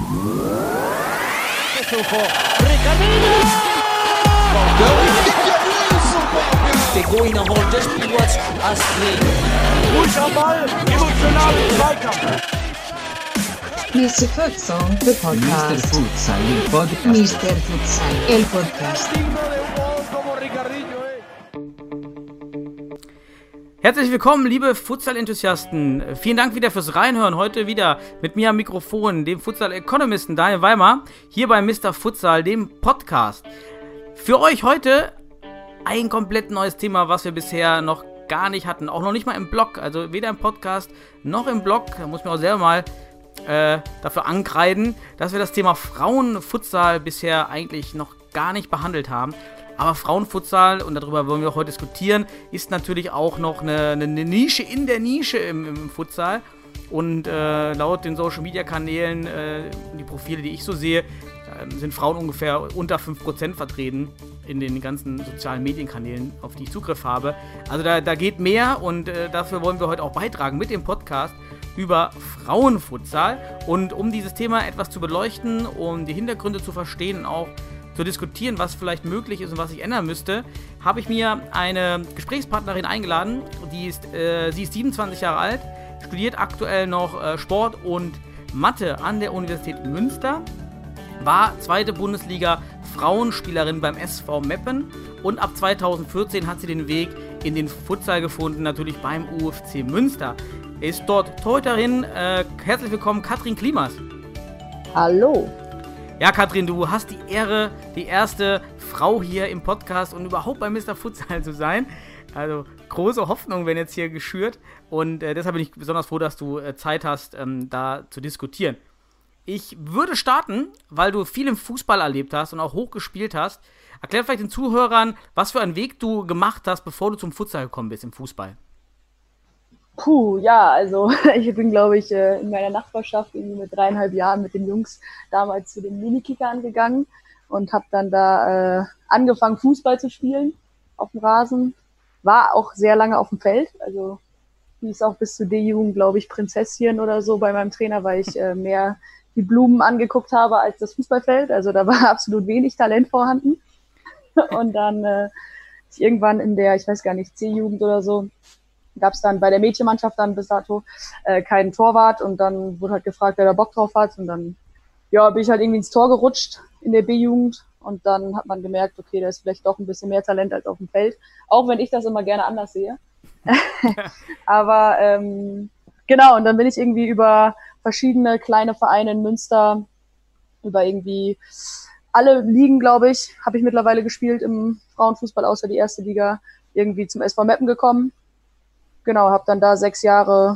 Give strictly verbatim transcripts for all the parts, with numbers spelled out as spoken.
Der Goina holt das Spiel als Ruhig am Ball, emotionalen Zweikampf. mister Futsal, the podcast. mister Futsal, il podcast. mister Futsal, el podcast. Herzlich willkommen, liebe Futsal-Enthusiasten. Vielen Dank wieder fürs Reinhören. Heute wieder mit mir am Mikrofon, dem Futsal-Ökonomisten Daniel Weimar, hier bei mister Futsal, dem Podcast. Für euch heute ein komplett neues Thema, was wir bisher noch gar nicht hatten. Auch noch nicht mal im Blog, also weder im Podcast noch im Blog. Da muss man auch selber mal äh, dafür ankreiden, dass wir das Thema Frauenfutsal bisher eigentlich noch gar nicht behandelt haben. Aber Frauenfutsal, und darüber wollen wir auch heute diskutieren, ist natürlich auch noch eine, eine Nische in der Nische im, im Futsal. Und äh, laut den Social-Media-Kanälen, äh, die Profile, die ich so sehe, äh, sind Frauen ungefähr unter fünf Prozent vertreten in den ganzen sozialen Medienkanälen, auf die ich Zugriff habe. Also da, da geht mehr, und äh, dafür wollen wir heute auch beitragen mit dem Podcast über Frauenfutsal. Und um dieses Thema etwas zu beleuchten, um die Hintergründe zu verstehen und auch zu diskutieren, was vielleicht möglich ist und was sich ändern müsste, habe ich mir eine Gesprächspartnerin eingeladen. Die ist, äh, sie ist siebenundzwanzig Jahre alt, studiert aktuell noch äh, Sport und Mathe an der Universität Münster, war zweite Bundesliga Frauenspielerin beim S V Meppen, und ab zweitausendvierzehn hat sie den Weg in den Futsal gefunden, natürlich beim U F C Münster. Ist dort Torhüterin. Äh, herzlich willkommen, Katrin Klimas. Hallo. Ja, Katrin, du hast die Ehre, die erste Frau hier im Podcast und überhaupt bei mister Futsal zu sein. Also große Hoffnungen werden jetzt hier geschürt, und äh, deshalb bin ich besonders froh, dass du äh, Zeit hast, ähm, da zu diskutieren. Ich würde starten, weil du viel im Fußball erlebt hast und auch hoch gespielt hast. Erklär vielleicht den Zuhörern, was für einen Weg du gemacht hast, bevor du zum Futsal gekommen bist im Fußball. Puh, ja, also ich bin, glaube ich, in meiner Nachbarschaft irgendwie mit dreieinhalb Jahren mit den Jungs damals zu den Minikickern gegangen und habe dann da äh, angefangen, Fußball zu spielen auf dem Rasen. War auch sehr lange auf dem Feld, also hieß auch bis zu D-Jugend, glaube ich, Prinzesschen oder so bei meinem Trainer, weil ich äh, mehr die Blumen angeguckt habe als das Fußballfeld. Also da war absolut wenig Talent vorhanden. Und dann äh, irgendwann in der, ich weiß gar nicht, C-Jugend oder so, gab es dann bei der Mädchenmannschaft dann bis dato äh, keinen Torwart, und dann wurde halt gefragt, wer da Bock drauf hat, und dann ja, bin ich halt irgendwie ins Tor gerutscht in der B-Jugend, und dann hat man gemerkt, okay, da ist vielleicht doch ein bisschen mehr Talent als auf dem Feld, auch wenn ich das immer gerne anders sehe. Aber ähm, genau, und dann bin ich irgendwie über verschiedene kleine Vereine in Münster, über irgendwie alle Ligen, glaube ich, habe ich mittlerweile gespielt im Frauenfußball, außer die erste Liga, irgendwie zum S V Meppen gekommen. Genau, habe dann da sechs Jahre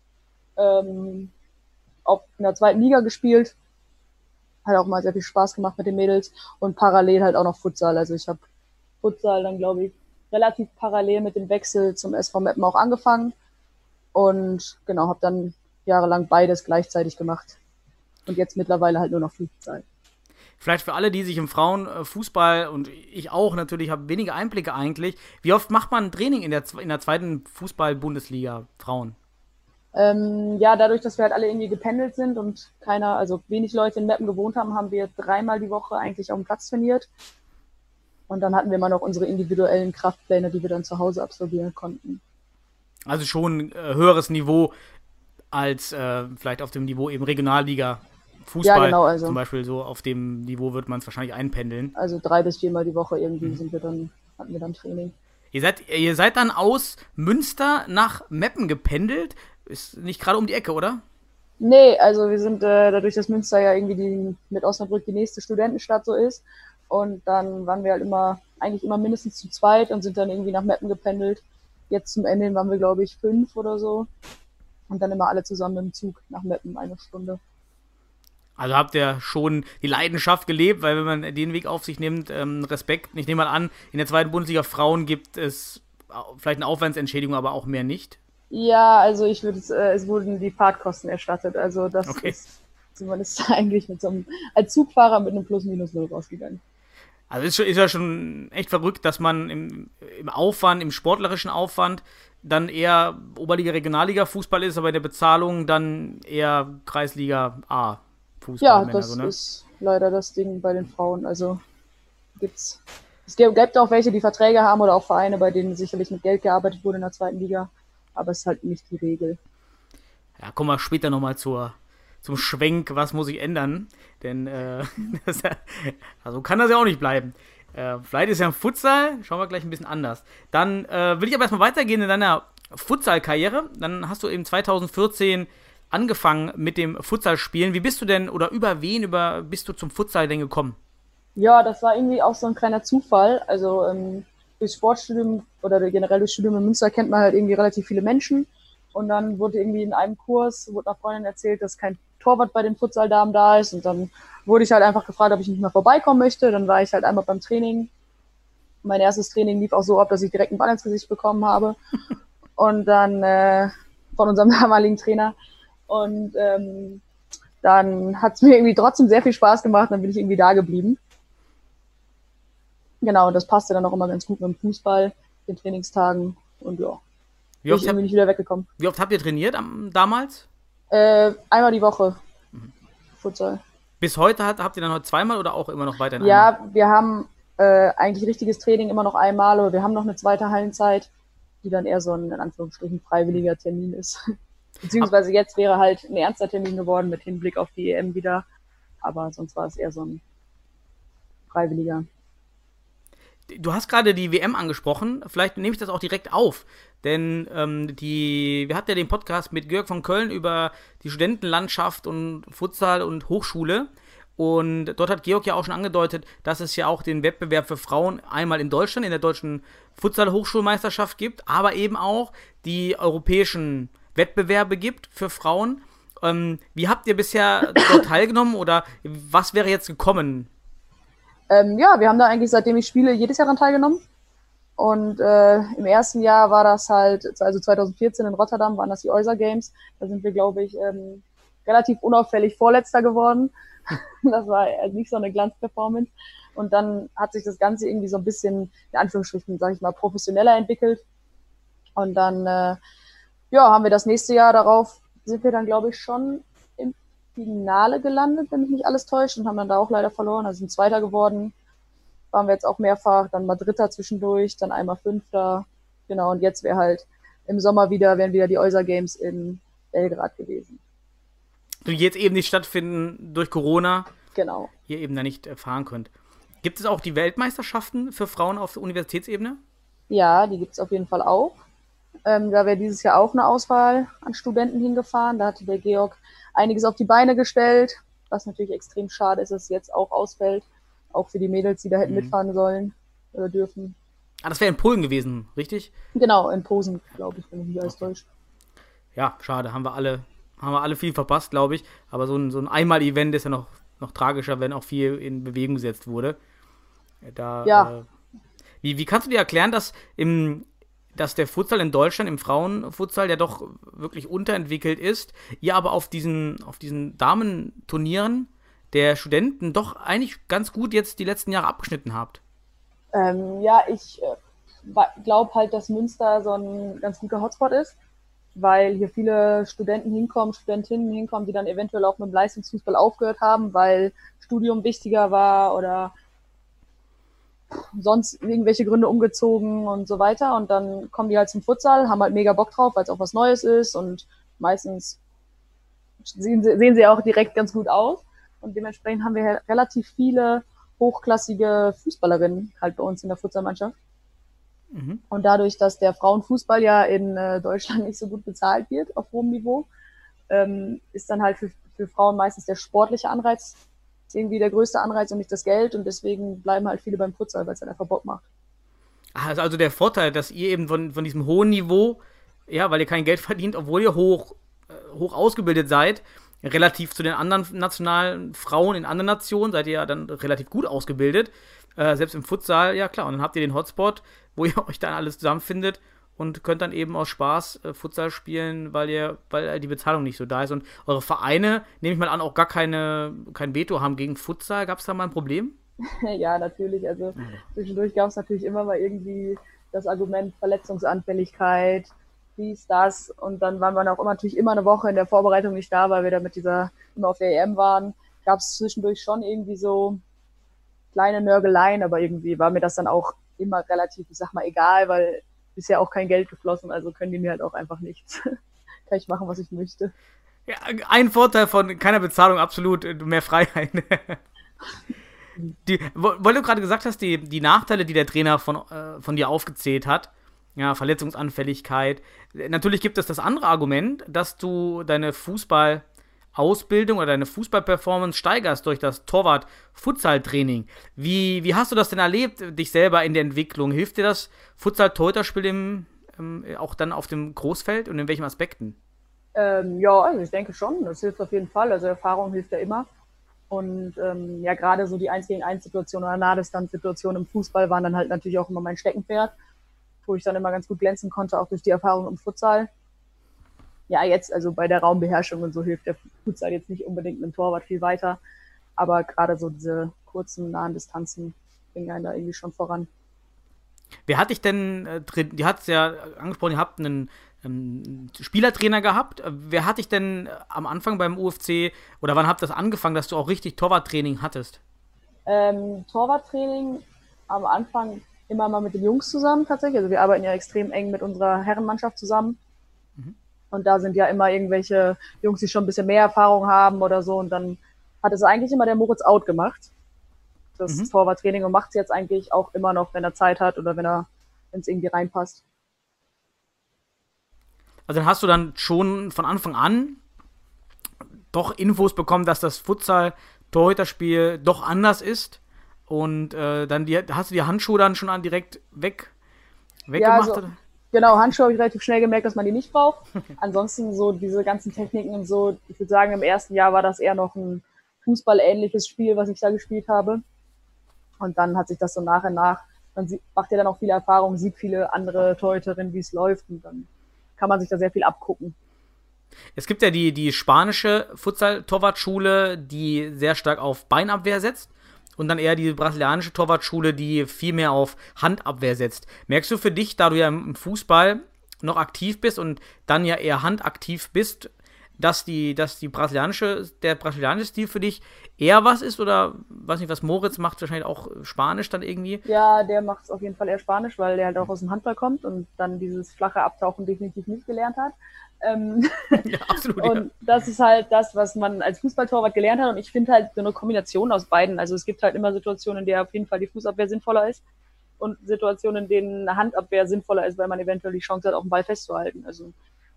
ähm, auch in der zweiten Liga gespielt. Hat auch mal sehr viel Spaß gemacht mit den Mädels, und parallel halt auch noch Futsal. Also ich habe Futsal dann, glaube ich, relativ parallel mit dem Wechsel zum S V Meppen auch angefangen, und genau, habe dann jahrelang beides gleichzeitig gemacht. Und jetzt mittlerweile halt nur noch Futsal. Vielleicht für alle, die sich im Frauenfußball, und ich auch natürlich, habe wenige Einblicke eigentlich. Wie oft macht man ein Training in der, in der zweiten Fußball-Bundesliga Frauen? Ähm, ja, dadurch, dass wir halt alle irgendwie gependelt sind und keiner, also wenig Leute in Meppen gewohnt haben, haben wir dreimal die Woche eigentlich auf dem Platz trainiert. Und dann hatten wir immer noch unsere individuellen Kraftpläne, die wir dann zu Hause absolvieren konnten. Also schon äh, höheres Niveau als äh, vielleicht auf dem Niveau eben Regionalliga Fußball. Ja, genau, also zum Beispiel, so auf dem Niveau wird man es wahrscheinlich einpendeln. Also drei bis viermal die Woche irgendwie mhm. sind wir dann, hatten wir dann Training. Ihr seid, ihr seid dann aus Münster nach Meppen gependelt? Ist nicht gerade um die Ecke, oder? Nee, also wir sind äh, dadurch, dass Münster ja irgendwie die, mit Osnabrück die nächste Studentenstadt so ist. Und dann waren wir halt immer, eigentlich immer mindestens zu zweit und sind dann irgendwie nach Meppen gependelt. Jetzt zum Ende waren wir, glaube ich, fünf oder so. Und dann immer alle zusammen im Zug nach Meppen, eine Stunde. Also habt ihr schon die Leidenschaft gelebt, weil wenn man den Weg auf sich nimmt, ähm, Respekt. Ich nehme mal an, in der zweiten Bundesliga Frauen gibt es vielleicht eine Aufwandsentschädigung, aber auch mehr nicht. Ja, also ich würde, äh, es wurden die Fahrtkosten erstattet. Also das okay. ist, also man ist eigentlich mit so einem, als Zugfahrer mit einem Plus-Minus-Null rausgegangen. Also ist, ist ja schon echt verrückt, dass man im, im Aufwand, im sportlerischen Aufwand dann eher Oberliga, Regionalliga Fußball ist, aber in der Bezahlung dann eher Kreisliga A. Ja, das so, ne? ist leider das Ding bei den Frauen. Also gibt's, es gibt auch welche, die Verträge haben oder auch Vereine, bei denen sicherlich mit Geld gearbeitet wurde in der zweiten Liga. Aber es ist halt nicht die Regel. Ja, kommen wir später nochmal zur, zum Schwenk, was muss ich ändern. Denn äh, das, also kann das ja auch nicht bleiben. Äh, vielleicht ist ja im Futsal, schauen wir gleich ein bisschen anders. Dann äh, will ich aber erstmal weitergehen in deiner Futsal-Karriere. Dann hast du eben zwanzig vierzehn angefangen mit dem Futsal-Spielen. Wie bist du denn, oder über wen über bist du zum Futsal denn gekommen? Ja, das war irgendwie auch so ein kleiner Zufall. Also ähm, durch Sportstudium oder generell durch Studium in Münster kennt man halt irgendwie relativ viele Menschen. Und dann wurde irgendwie in einem Kurs, wurde einer Freundin erzählt, dass kein Torwart bei den Futsaldamen da ist. Und dann wurde ich halt einfach gefragt, ob ich nicht mal vorbeikommen möchte. Dann war ich halt einmal beim Training. Mein erstes Training lief auch so ab, dass ich direkt einen Ball ins Gesicht bekommen habe. Und dann äh, von unserem damaligen Trainer. Und ähm, dann hat es mir irgendwie trotzdem sehr viel Spaß gemacht. Dann bin ich irgendwie da geblieben. Genau, das passte dann auch immer ganz gut mit dem Fußball, den Trainingstagen. Und ja, wie bin oft ich irgendwie hab, nicht wieder weggekommen. Wie oft habt ihr trainiert am, damals? Äh, einmal die Woche. Mhm. Futsal. Bis heute hat, habt ihr dann heute zweimal oder auch immer noch weiter? Ja, einmal? Wir haben äh, eigentlich richtiges Training immer noch einmal, aber wir haben noch eine zweite Hallenzeit, die dann eher so ein, in Anführungsstrichen, freiwilliger Termin ist. Beziehungsweise jetzt wäre halt ein ernster Termin geworden mit Hinblick auf die E M wieder. Aber sonst war es eher so ein freiwilliger. Du hast gerade die W M angesprochen. Vielleicht nehme ich das auch direkt auf. Denn ähm, die, wir hatten ja den Podcast mit Georg von Köln über die Studentenlandschaft und Futsal und Hochschule. Und dort hat Georg ja auch schon angedeutet, dass es ja auch den Wettbewerb für Frauen einmal in Deutschland, in der deutschen Futsal-Hochschulmeisterschaft gibt, aber eben auch die europäischen Wettbewerbe gibt für Frauen. Ähm, wie habt ihr bisher dort teilgenommen oder was wäre jetzt gekommen? Ähm, ja, wir haben da eigentlich, seitdem ich spiele, jedes Jahr daran teilgenommen. Und äh, im ersten Jahr war das halt, also zwanzig vierzehn in Rotterdam waren das die Euser Games. Da sind wir, glaube ich, ähm, relativ unauffällig Vorletzter geworden. Das war also nicht so eine Glanzperformance. Und dann hat sich das Ganze irgendwie so ein bisschen, in Anführungsstrichen, sage ich mal, professioneller entwickelt. Und dann äh, ja, haben wir das nächste Jahr darauf, sind wir dann, glaube ich, schon im Finale gelandet, wenn mich nicht alles täuscht, und haben dann da auch leider verloren. Also sind Zweiter geworden. Waren wir jetzt auch mehrfach, dann mal Dritter zwischendurch, dann einmal Fünfter. Genau, und jetzt wäre halt im Sommer wieder, wären wieder die Euser Games in Belgrad gewesen. Die jetzt eben nicht stattfinden durch Corona. Genau. Ihr eben da nicht fahren könnt. Gibt es auch die Weltmeisterschaften für Frauen auf der Universitätsebene? Ja, die gibt es auf jeden Fall auch. Ähm, da wäre dieses Jahr auch eine Auswahl an Studenten hingefahren. Da hatte der Georg einiges auf die Beine gestellt, was natürlich extrem schade ist, dass es jetzt auch ausfällt. Auch für die Mädels, die da hätten mhm. mitfahren sollen oder dürfen. Ah, das wäre in Polen gewesen, richtig? Genau, in Posen, glaube ich, wenn ich nicht alles okay. täusche. Ja, schade, haben wir alle, haben wir alle viel verpasst, glaube ich. Aber so ein, so ein Einmal-Event ist ja noch, noch tragischer, wenn auch viel in Bewegung gesetzt wurde. Da, ja. Äh, wie, wie kannst du dir erklären, dass, im, dass der Futsal in Deutschland, im Frauenfutsal, ja doch wirklich unterentwickelt ist, ihr aber auf diesen, auf diesen Damenturnieren der Studenten doch eigentlich ganz gut jetzt die letzten Jahre abgeschnitten habt? Ähm, ja, ich äh, glaube halt, dass Münster so ein ganz guter Hotspot ist, weil hier viele Studenten hinkommen, Studentinnen hinkommen, die dann eventuell auch mit dem Leistungsfußball aufgehört haben, weil Studium wichtiger war oder sonst irgendwelche Gründe umgezogen und so weiter. Und dann kommen die halt zum Futsal, haben halt mega Bock drauf, weil es auch was Neues ist und meistens sehen sie, sehen sie auch direkt ganz gut aus. Und dementsprechend haben wir relativ viele hochklassige Fußballerinnen halt bei uns in der Futsalmannschaft. Mhm. Und dadurch, dass der Frauenfußball ja in äh, Deutschland nicht so gut bezahlt wird auf hohem Niveau, ähm, ist dann halt für, für Frauen meistens der sportliche Anreiz irgendwie der größte Anreiz und nicht das Geld. Und deswegen bleiben halt viele beim Futsal, weil es halt einfach Bock macht. Also, also der Vorteil, dass ihr eben von, von diesem hohen Niveau, ja, weil ihr kein Geld verdient, obwohl ihr hoch, äh, hoch ausgebildet seid, relativ zu den anderen nationalen Frauen in anderen Nationen seid ihr ja dann relativ gut ausgebildet. Äh, selbst im Futsal, ja klar. Und dann habt ihr den Hotspot, wo ihr euch dann alles zusammenfindet und könnt dann eben aus Spaß äh, Futsal spielen, weil ihr, weil die Bezahlung nicht so da ist. Und eure Vereine, nehme ich mal an, auch gar keine, kein Veto haben gegen Futsal. Gab es da mal ein Problem? Ja, natürlich. Also mhm. zwischendurch gab es natürlich immer mal irgendwie das Argument Verletzungsanfälligkeit, dies, das, und dann waren wir auch immer, natürlich immer eine Woche in der Vorbereitung nicht da, weil wir da mit dieser, immer auf der E M waren. gab es zwischendurch schon irgendwie so kleine Nörgeleien, aber irgendwie war mir das dann auch immer relativ, ich sag mal, egal, weil ist ja auch kein Geld geflossen, also können die mir halt auch einfach nichts. Kann ich machen, was ich möchte. Ja, ein Vorteil von keiner Bezahlung, absolut, mehr Freiheit. Die, weil du gerade gesagt hast, die, die Nachteile, die der Trainer von, äh, von dir aufgezählt hat, ja, Verletzungsanfälligkeit. Natürlich gibt es das andere Argument, dass du deine Fußballausbildung oder deine Fußballperformance steigerst durch das Torwart-Futsal-Training. Wie, wie hast du das denn erlebt, dich selber in der Entwicklung? Hilft dir das Futsal-Torhüterspiel im, ähm, auch dann auf dem Großfeld und in welchen Aspekten? Ähm, ja, also ich denke schon, das hilft auf jeden Fall. Also Erfahrung hilft ja immer. Und ähm, ja, gerade so die eins gegen eins Situation oder Nahdistanz-Situation im Fußball waren dann halt natürlich auch immer mein Steckenpferd, wo ich dann immer ganz gut glänzen konnte, auch durch die Erfahrung im Futsal. Ja, jetzt, also bei der Raumbeherrschung und so hilft der Futsal jetzt nicht unbedingt mit dem Torwart viel weiter, aber gerade so diese kurzen, nahen Distanzen bringen einen da irgendwie schon voran. Wer hat dich denn äh, drin, die hat es ja angesprochen, ihr habt einen ähm, Spielertrainer gehabt. Wer hat dich denn am Anfang beim U F C oder wann habt ihr das angefangen, dass du auch richtig Torwarttraining hattest? Ähm, Torwarttraining am Anfang immer mal mit den Jungs zusammen tatsächlich. Also wir arbeiten ja extrem eng mit unserer Herrenmannschaft zusammen. Mhm. Und da sind ja immer irgendwelche Jungs, die schon ein bisschen mehr Erfahrung haben oder so. Und dann hat es eigentlich immer der Moritz Out gemacht, das mhm. Torwarttraining, und macht es jetzt eigentlich auch immer noch, wenn er Zeit hat oder wenn er, wenn es irgendwie reinpasst. Also dann hast du dann schon von Anfang an doch Infos bekommen, dass das Futsal-Torhüterspiel doch anders ist. Und äh, dann die, hast du die Handschuhe dann schon an direkt weg, weggemacht? Ja, also, genau, Handschuhe habe ich relativ schnell gemerkt, dass man die nicht braucht. Ansonsten so diese ganzen Techniken und so, ich würde sagen, im ersten Jahr war das eher noch ein fußballähnliches Spiel, was ich da gespielt habe. Und dann hat sich das so nach und nach, man sieht, macht ja dann auch viele Erfahrungen, sieht viele andere Torhüterinnen, wie es läuft, und dann kann man sich da sehr viel abgucken. Es gibt ja die, die spanische Futsal-Torwartschule, die sehr stark auf Beinabwehr setzt. Und dann eher die brasilianische Torwartschule, die viel mehr auf Handabwehr setzt. Merkst du für dich, da du ja im Fußball noch aktiv bist und dann ja eher handaktiv bist, dass die, dass die brasilianische, der brasilianische Stil für dich eher was ist? Oder weiß nicht, was Moritz macht, wahrscheinlich auch Spanisch dann irgendwie? Ja, der macht es auf jeden Fall eher Spanisch, weil der halt auch aus dem Handball kommt und dann dieses flache Abtauchen definitiv nicht gelernt hat. Ähm, ja, absolut. Und ja. Das ist halt das, was man als Fußballtorwart gelernt hat. Und ich finde halt so eine Kombination aus beiden. Also es gibt halt immer Situationen, in der auf jeden Fall die Fußabwehr sinnvoller ist und Situationen, in denen eine Handabwehr sinnvoller ist, weil man eventuell die Chance hat, auf den Ball festzuhalten. Also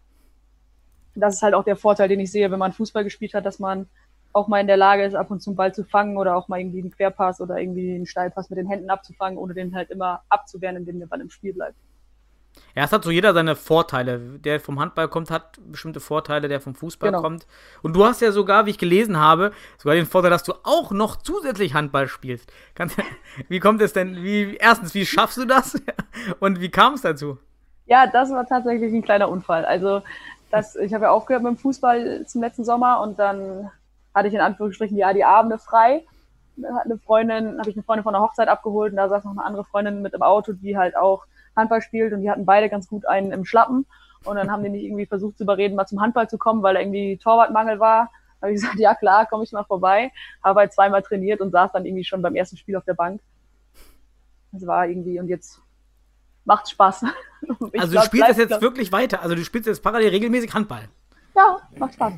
das ist halt auch der Vorteil, den ich sehe, wenn man Fußball gespielt hat, dass man auch mal in der Lage ist, ab und zu einen Ball zu fangen oder auch mal irgendwie einen Querpass oder irgendwie einen Steilpass mit den Händen abzufangen, ohne den halt immer abzuwehren, indem der Ball im Spiel bleibt. Ja, es hat so jeder seine Vorteile. Der vom Handball kommt, hat bestimmte Vorteile, der vom Fußball genau. kommt. Und du hast ja sogar, wie ich gelesen habe, sogar den Vorteil, dass du auch noch zusätzlich Handball spielst. Kannst, wie kommt es denn, wie, erstens, wie schaffst du das? Und wie kam es dazu? Ja, das war tatsächlich ein kleiner Unfall. Also, das, ich habe ja aufgehört mit dem Fußball zum letzten Sommer und dann hatte ich in Anführungsstrichen ja die Abende frei. Dann hat eine Freundin, habe ich eine Freundin von der Hochzeit abgeholt und da saß noch eine andere Freundin mit im Auto, die halt auch Handball spielt, und die hatten beide ganz gut einen im Schlappen, und dann haben die mich irgendwie versucht zu überreden, mal zum Handball zu kommen, weil da irgendwie Torwartmangel war. Da habe ich gesagt, ja klar, komme ich mal vorbei, habe halt zweimal trainiert und saß dann irgendwie schon beim ersten Spiel auf der Bank. Das war irgendwie, und jetzt macht's Spaß. Also du spielst jetzt glaub. wirklich weiter, also du spielst jetzt parallel regelmäßig Handball? Ja, macht Spaß.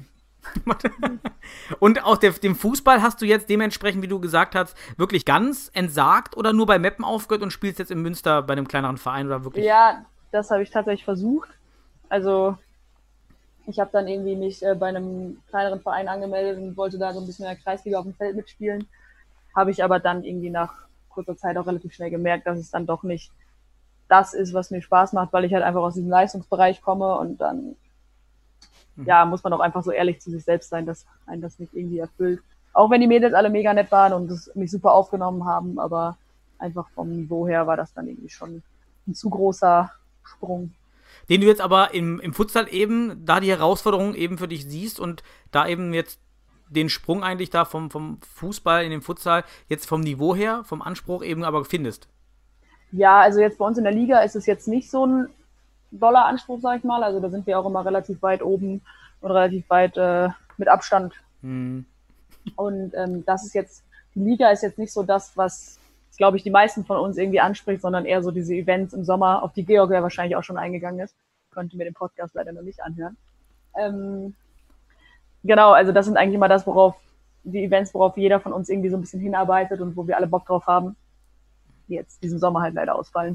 Und auch der, dem Fußball hast du jetzt dementsprechend, wie du gesagt hast, wirklich ganz entsagt oder nur bei Meppen aufgehört und spielst jetzt in Münster bei einem kleineren Verein oder wirklich? Ja, das habe ich tatsächlich versucht. Also ich habe dann irgendwie mich äh, bei einem kleineren Verein angemeldet und wollte da so ein bisschen in der Kreisliga auf dem Feld mitspielen. Habe ich aber dann irgendwie nach kurzer Zeit auch relativ schnell gemerkt, dass es dann doch nicht das ist, was mir Spaß macht, weil ich halt einfach aus diesem Leistungsbereich komme, und dann ja, muss man auch einfach so ehrlich zu sich selbst sein, dass einen das nicht irgendwie erfüllt. Auch wenn die Mädels alle mega nett waren und es mich super aufgenommen haben, aber einfach vom Niveau her war das dann irgendwie schon ein zu großer Sprung. Den du jetzt aber im, im Futsal eben, da die Herausforderung eben für dich siehst und da eben jetzt den Sprung eigentlich da vom, vom Fußball in den Futsal jetzt vom Niveau her, vom Anspruch eben aber findest. Ja, also jetzt bei uns in der Liga ist es jetzt nicht so ein doller Anspruch, sag ich mal. Also da sind wir auch immer relativ weit oben und relativ weit äh, mit Abstand. Mhm. Und Und ähm, das ist jetzt, die Liga ist jetzt nicht so das, was, glaube ich, die meisten von uns irgendwie anspricht, sondern eher so diese Events im Sommer, auf die Georg ja wahrscheinlich auch schon eingegangen ist. Konnte mir den Podcast leider noch nicht anhören. Ähm, genau, also das sind eigentlich immer das, worauf die Events, worauf jeder von uns irgendwie so ein bisschen hinarbeitet und wo wir alle Bock drauf haben, die jetzt diesen Sommer halt leider ausfallen.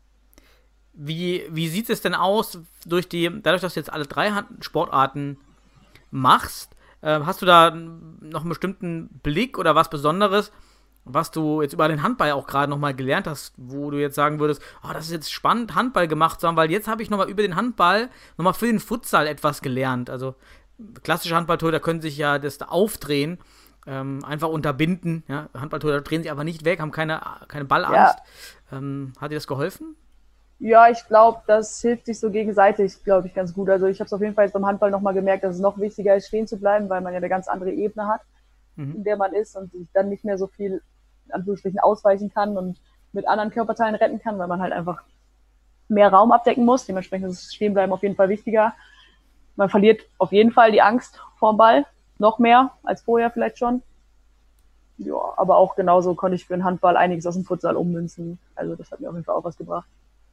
Wie, wie sieht es denn aus, durch die, dadurch, dass du jetzt alle drei Sportarten machst, äh, hast du da noch einen bestimmten Blick oder was Besonderes, was du jetzt über den Handball auch gerade nochmal gelernt hast, wo du jetzt sagen würdest, oh, das ist jetzt spannend, Handball gemacht zu haben, weil jetzt habe ich nochmal über den Handball nochmal für den Futsal etwas gelernt. Also klassische Handballtorhüter können sich ja das Aufdrehen ähm, einfach unterbinden. Ja? Handballtorhüter drehen sich aber nicht weg, haben keine, keine Ballangst. Ja. Ähm, hat dir das geholfen? Ja, ich glaube, das hilft sich so gegenseitig, glaube ich, ganz gut. Also ich habe es auf jeden Fall jetzt beim Handball nochmal gemerkt, dass es noch wichtiger ist, stehen zu bleiben, weil man ja eine ganz andere Ebene hat, mhm. in der man ist und sich dann nicht mehr so viel in Anführungsstrichen ausweichen kann und mit anderen Körperteilen retten kann, weil man halt einfach mehr Raum abdecken muss. Dementsprechend ist das Stehenbleiben auf jeden Fall wichtiger. Man verliert auf jeden Fall die Angst vorm Ball, noch mehr als vorher vielleicht schon. Ja, aber auch genauso konnte ich für den Handball einiges aus dem Futsal ummünzen. Also das hat mir auf jeden Fall auch was gebracht.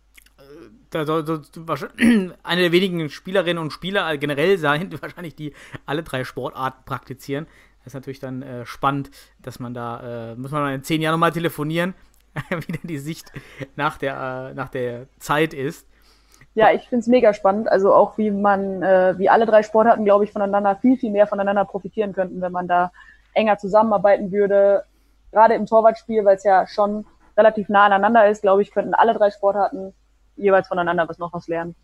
Da sollst du eine der wenigen Spielerinnen und Spieler generell sein, wahrscheinlich die alle drei Sportarten praktizieren. Das ist natürlich dann äh, spannend, dass man da, äh, muss man in zehn Jahren nochmal telefonieren, wie denn die Sicht nach der, äh, nach der Zeit ist. Ja, ich finde es mega spannend, also auch wie man, äh, wie alle drei Sportarten, glaube ich, voneinander viel, viel mehr voneinander profitieren könnten, wenn man da enger zusammenarbeiten würde. Gerade im Torwartspiel, weil es ja schon relativ nah aneinander ist, glaube ich, könnten alle drei Sportarten jeweils voneinander was noch was lernen.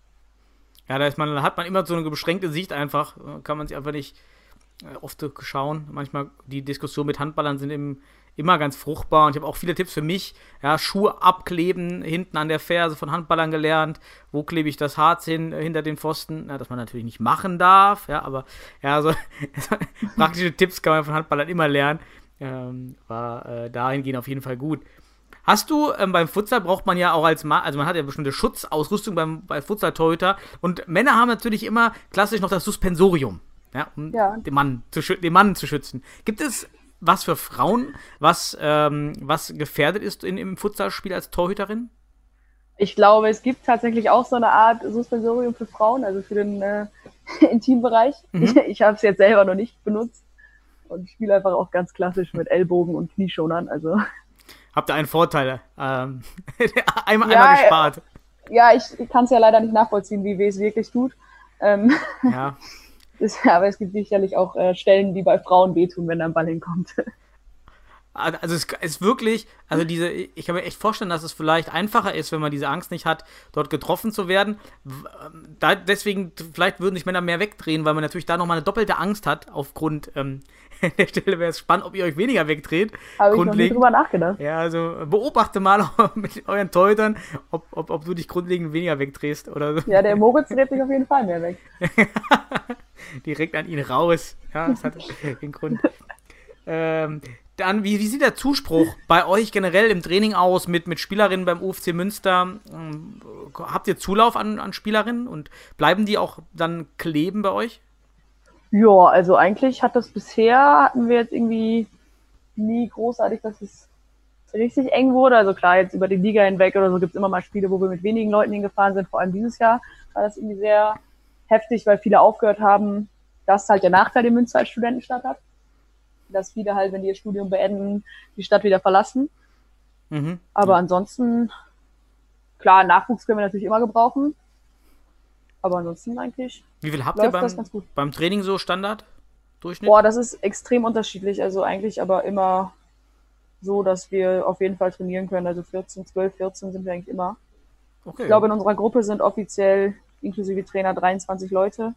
Ja, da ist man, hat man immer so eine beschränkte Sicht einfach, kann man sich einfach nicht äh, oft schauen. Manchmal die Diskussionen mit Handballern sind im, immer ganz fruchtbar und ich habe auch viele Tipps für mich. Ja, Schuhe abkleben, hinten an der Ferse von Handballern gelernt. Wo klebe ich das Harz hin, äh, hinter den Pfosten? Ja, das man natürlich nicht machen darf, ja, aber ja, so praktische Tipps kann man von Handballern immer lernen. Ähm, war äh, dahingehend auf jeden Fall gut. Hast du, ähm, beim Futsal braucht man ja auch als Mann, also man hat ja bestimmte Schutzausrüstung beim, bei Futsal-Torhüter und Männer haben natürlich immer klassisch noch das Suspensorium, ja, um ja. den, Mann zu, den Mann zu schützen. Gibt es was für Frauen, was, ähm, was gefährdet ist in, im Futsalspiel als Torhüterin? Ich glaube, es gibt tatsächlich auch so eine Art Suspensorium für Frauen, also für den äh, Intimbereich. Mhm. Ich, ich habe es jetzt selber noch nicht benutzt und spiele einfach auch ganz klassisch mit Ellbogen und Knieschonern, also... Habt ihr einen Vorteil? Ähm, einmal, ja, einmal gespart. Ja, ich, ich kann es ja leider nicht nachvollziehen, wie weh es wirklich tut. Ähm, ja. das, aber es gibt sicherlich auch äh, Stellen, die bei Frauen wehtun, wenn da ein Ball hinkommt. Also es ist wirklich, also diese, ich kann mir echt vorstellen, dass es vielleicht einfacher ist, wenn man diese Angst nicht hat, dort getroffen zu werden. Da, deswegen, vielleicht würden sich Männer mehr wegdrehen, weil man natürlich da nochmal eine doppelte Angst hat, aufgrund ähm, der Stelle wäre es spannend, ob ihr euch weniger wegdreht. Habe ich noch nie drüber nachgedacht. Ja, also beobachte mal mit euren Torhütern, ob, ob, ob du dich grundlegend weniger wegdrehst oder so. Ja, der Moritz dreht sich auf jeden Fall mehr weg. Direkt an ihn raus. Ja, das hat den Grund. ähm, Dann, wie, wie sieht der Zuspruch bei euch generell im Training aus mit, mit Spielerinnen beim U F C Münster? Ähm, habt ihr Zulauf an, an Spielerinnen und bleiben die auch dann kleben bei euch? Ja, also eigentlich hat das bisher, hatten wir jetzt irgendwie nie großartig, dass es richtig eng wurde. Also klar, jetzt über die Liga hinweg oder so gibt es immer mal Spiele, wo wir mit wenigen Leuten hingefahren sind. Vor allem dieses Jahr war das irgendwie sehr heftig, weil viele aufgehört haben, dass halt der Nachteil, den Münster als Studentenstadt hat. Dass viele halt, wenn die ihr Studium beenden, die Stadt wieder verlassen. Mhm. Aber ja. Ansonsten, klar, Nachwuchs können wir natürlich immer gebrauchen. Aber ansonsten eigentlich. Wie viel habt ihr beim, beim Training so Standard? Durchschnitt? Boah, das ist extrem unterschiedlich. Also eigentlich aber immer so, dass wir auf jeden Fall trainieren können. Also vierzehn, zwölf, vierzehn sind wir eigentlich immer. Okay. Ich glaube, in unserer Gruppe sind offiziell inklusive Trainer dreiundzwanzig Leute.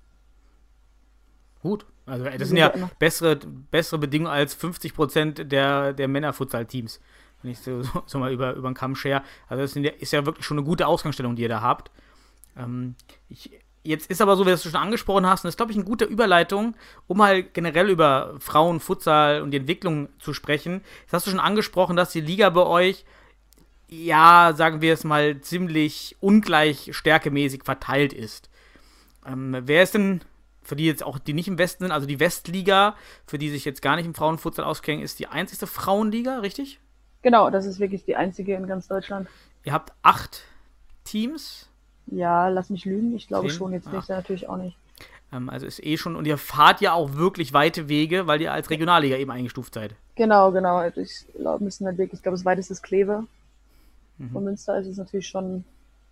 Gut. Also das sind ja bessere, bessere Bedingungen als fünfzig Prozent der, der Männer-Futsal-Teams. Wenn ich so, so, so mal über, über den Kamm schere. Also das ja, ist ja wirklich schon eine gute Ausgangsstellung, die ihr da habt. Ähm, ich, jetzt ist aber so, wie du es schon angesprochen hast, und das ist, glaube ich, eine gute Überleitung, um halt generell über Frauen, Futsal und die Entwicklung zu sprechen. Jetzt hast du schon angesprochen, dass die Liga bei euch, ja, sagen wir es mal, ziemlich ungleich stärkemäßig verteilt ist. Ähm, wer ist denn für die jetzt auch, die nicht im Westen sind, also die Westliga, für die sich jetzt gar nicht im Frauenfutsal auskennen, ist die einzigste Frauenliga, richtig? Genau, das ist wirklich die einzige in ganz Deutschland. Ihr habt acht Teams. Ja, lass mich lügen. Ich glaube Zehn? schon, jetzt Ah. nicht, natürlich auch nicht. Ähm, also ist eh schon, und ihr fahrt ja auch wirklich weite Wege, weil ihr als Regionalliga eben eingestuft seid. Genau, genau. Also ich glaube, müssen halt wirklich, ich glaube, das weiteste ist Kleve. Von Münster ist es natürlich schon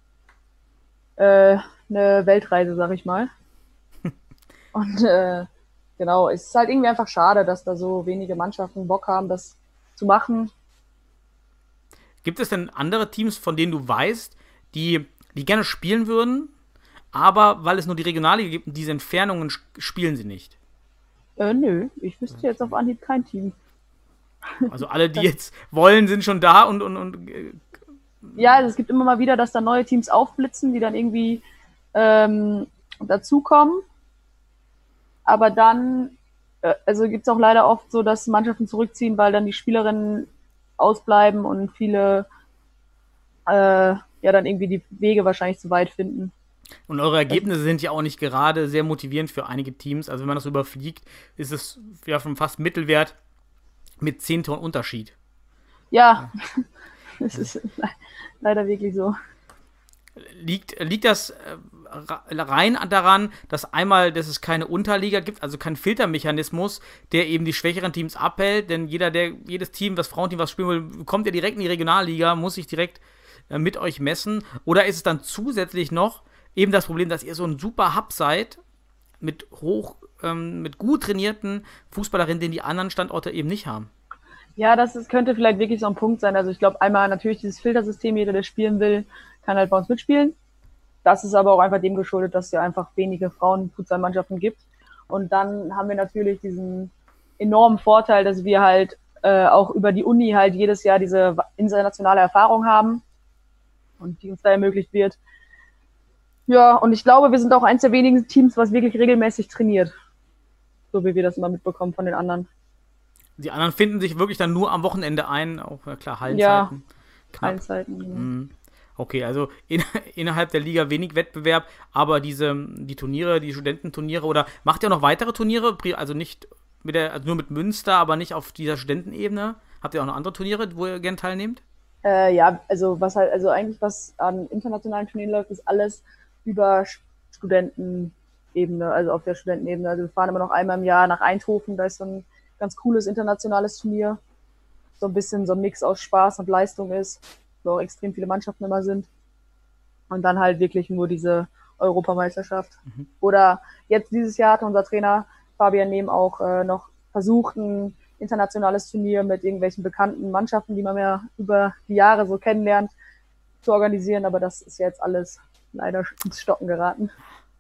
äh, eine Weltreise, sag ich mal. Und äh, genau, es ist halt irgendwie einfach schade, dass da so wenige Mannschaften Bock haben, das zu machen. Gibt es denn andere Teams, von denen du weißt, die, die gerne spielen würden, aber weil es nur die Regionalliga gibt und diese Entfernungen sch- spielen sie nicht? Äh, nö, ich wüsste jetzt auf Anhieb kein Team. Also alle, die jetzt wollen, sind schon da und, und, und äh, Ja, also es gibt immer mal wieder, dass da neue Teams aufblitzen, die dann irgendwie ähm, dazukommen. Aber dann, äh, also gibt es auch leider oft so, dass Mannschaften zurückziehen, weil dann die Spielerinnen ausbleiben und viele äh, ja dann irgendwie die Wege wahrscheinlich zu weit finden. Und eure Ergebnisse sind ja auch nicht gerade sehr motivierend für einige Teams. Also wenn man das überfliegt, ist es ja schon fast Mittelwert mit zehn Toren Unterschied. Ja, es ist le- leider wirklich so. Liegt, liegt das äh, rein daran, dass einmal, dass es keine Unterliga gibt, also keinen Filtermechanismus, der eben die schwächeren Teams abhält, denn jeder, der, jedes Team, das Frauenteam was spielen will, kommt ja direkt in die Regionalliga, muss sich direkt äh, mit euch messen. Oder ist es dann zusätzlich noch eben das Problem, dass ihr so ein super Hub seid, mit hoch, ähm, mit gut trainierten Fußballerinnen, den die anderen Standorte eben nicht haben? Ja, das ist, könnte vielleicht wirklich so ein Punkt sein. Also ich glaube, einmal natürlich dieses Filtersystem, jeder, der spielen will, kann halt bei uns mitspielen. Das ist aber auch einfach dem geschuldet, dass es ja einfach wenige Frauen-Futsal-Mannschaften gibt. Und dann haben wir natürlich diesen enormen Vorteil, dass wir halt äh, auch über die Uni halt jedes Jahr diese internationale Erfahrung haben und die uns da ermöglicht wird. Ja, und ich glaube, wir sind auch eins der wenigen Teams, was wirklich regelmäßig trainiert. So wie wir das immer mitbekommen von den anderen. Die anderen finden sich wirklich dann nur am Wochenende ein, auch ja klar, Hallenzeiten. Ja, Knapp. Hallenzeiten. Ja. Mhm. Okay, also in, innerhalb der Liga wenig Wettbewerb, aber diese, die Turniere, die Studententurniere, oder macht ihr auch noch weitere Turniere? Pri- Also nicht mit der, also nur mit Münster, aber nicht auf dieser Studentenebene? Habt ihr auch noch andere Turniere, wo ihr gerne teilnehmt? Äh, ja, also was halt, also eigentlich was an internationalen Turnieren läuft, ist alles über Sch- Studentenebene, also auf der Studentenebene. Also wir fahren immer noch einmal im Jahr nach Eindhoven, da ist so ein ganz cooles internationales Turnier. So ein bisschen so ein Mix aus Spaß und Leistung ist, wo auch extrem viele Mannschaften immer sind. Und dann halt wirklich nur diese Europameisterschaft. Mhm. Oder jetzt dieses Jahr hat unser Trainer Fabian Nehm auch äh, noch versucht, ein internationales Turnier mit irgendwelchen bekannten Mannschaften, die man ja über die Jahre so kennenlernt, zu organisieren. Aber das ist jetzt alles leider ins Stocken geraten.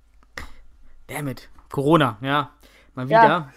Dammit, Corona, ja, mal wieder. Ja.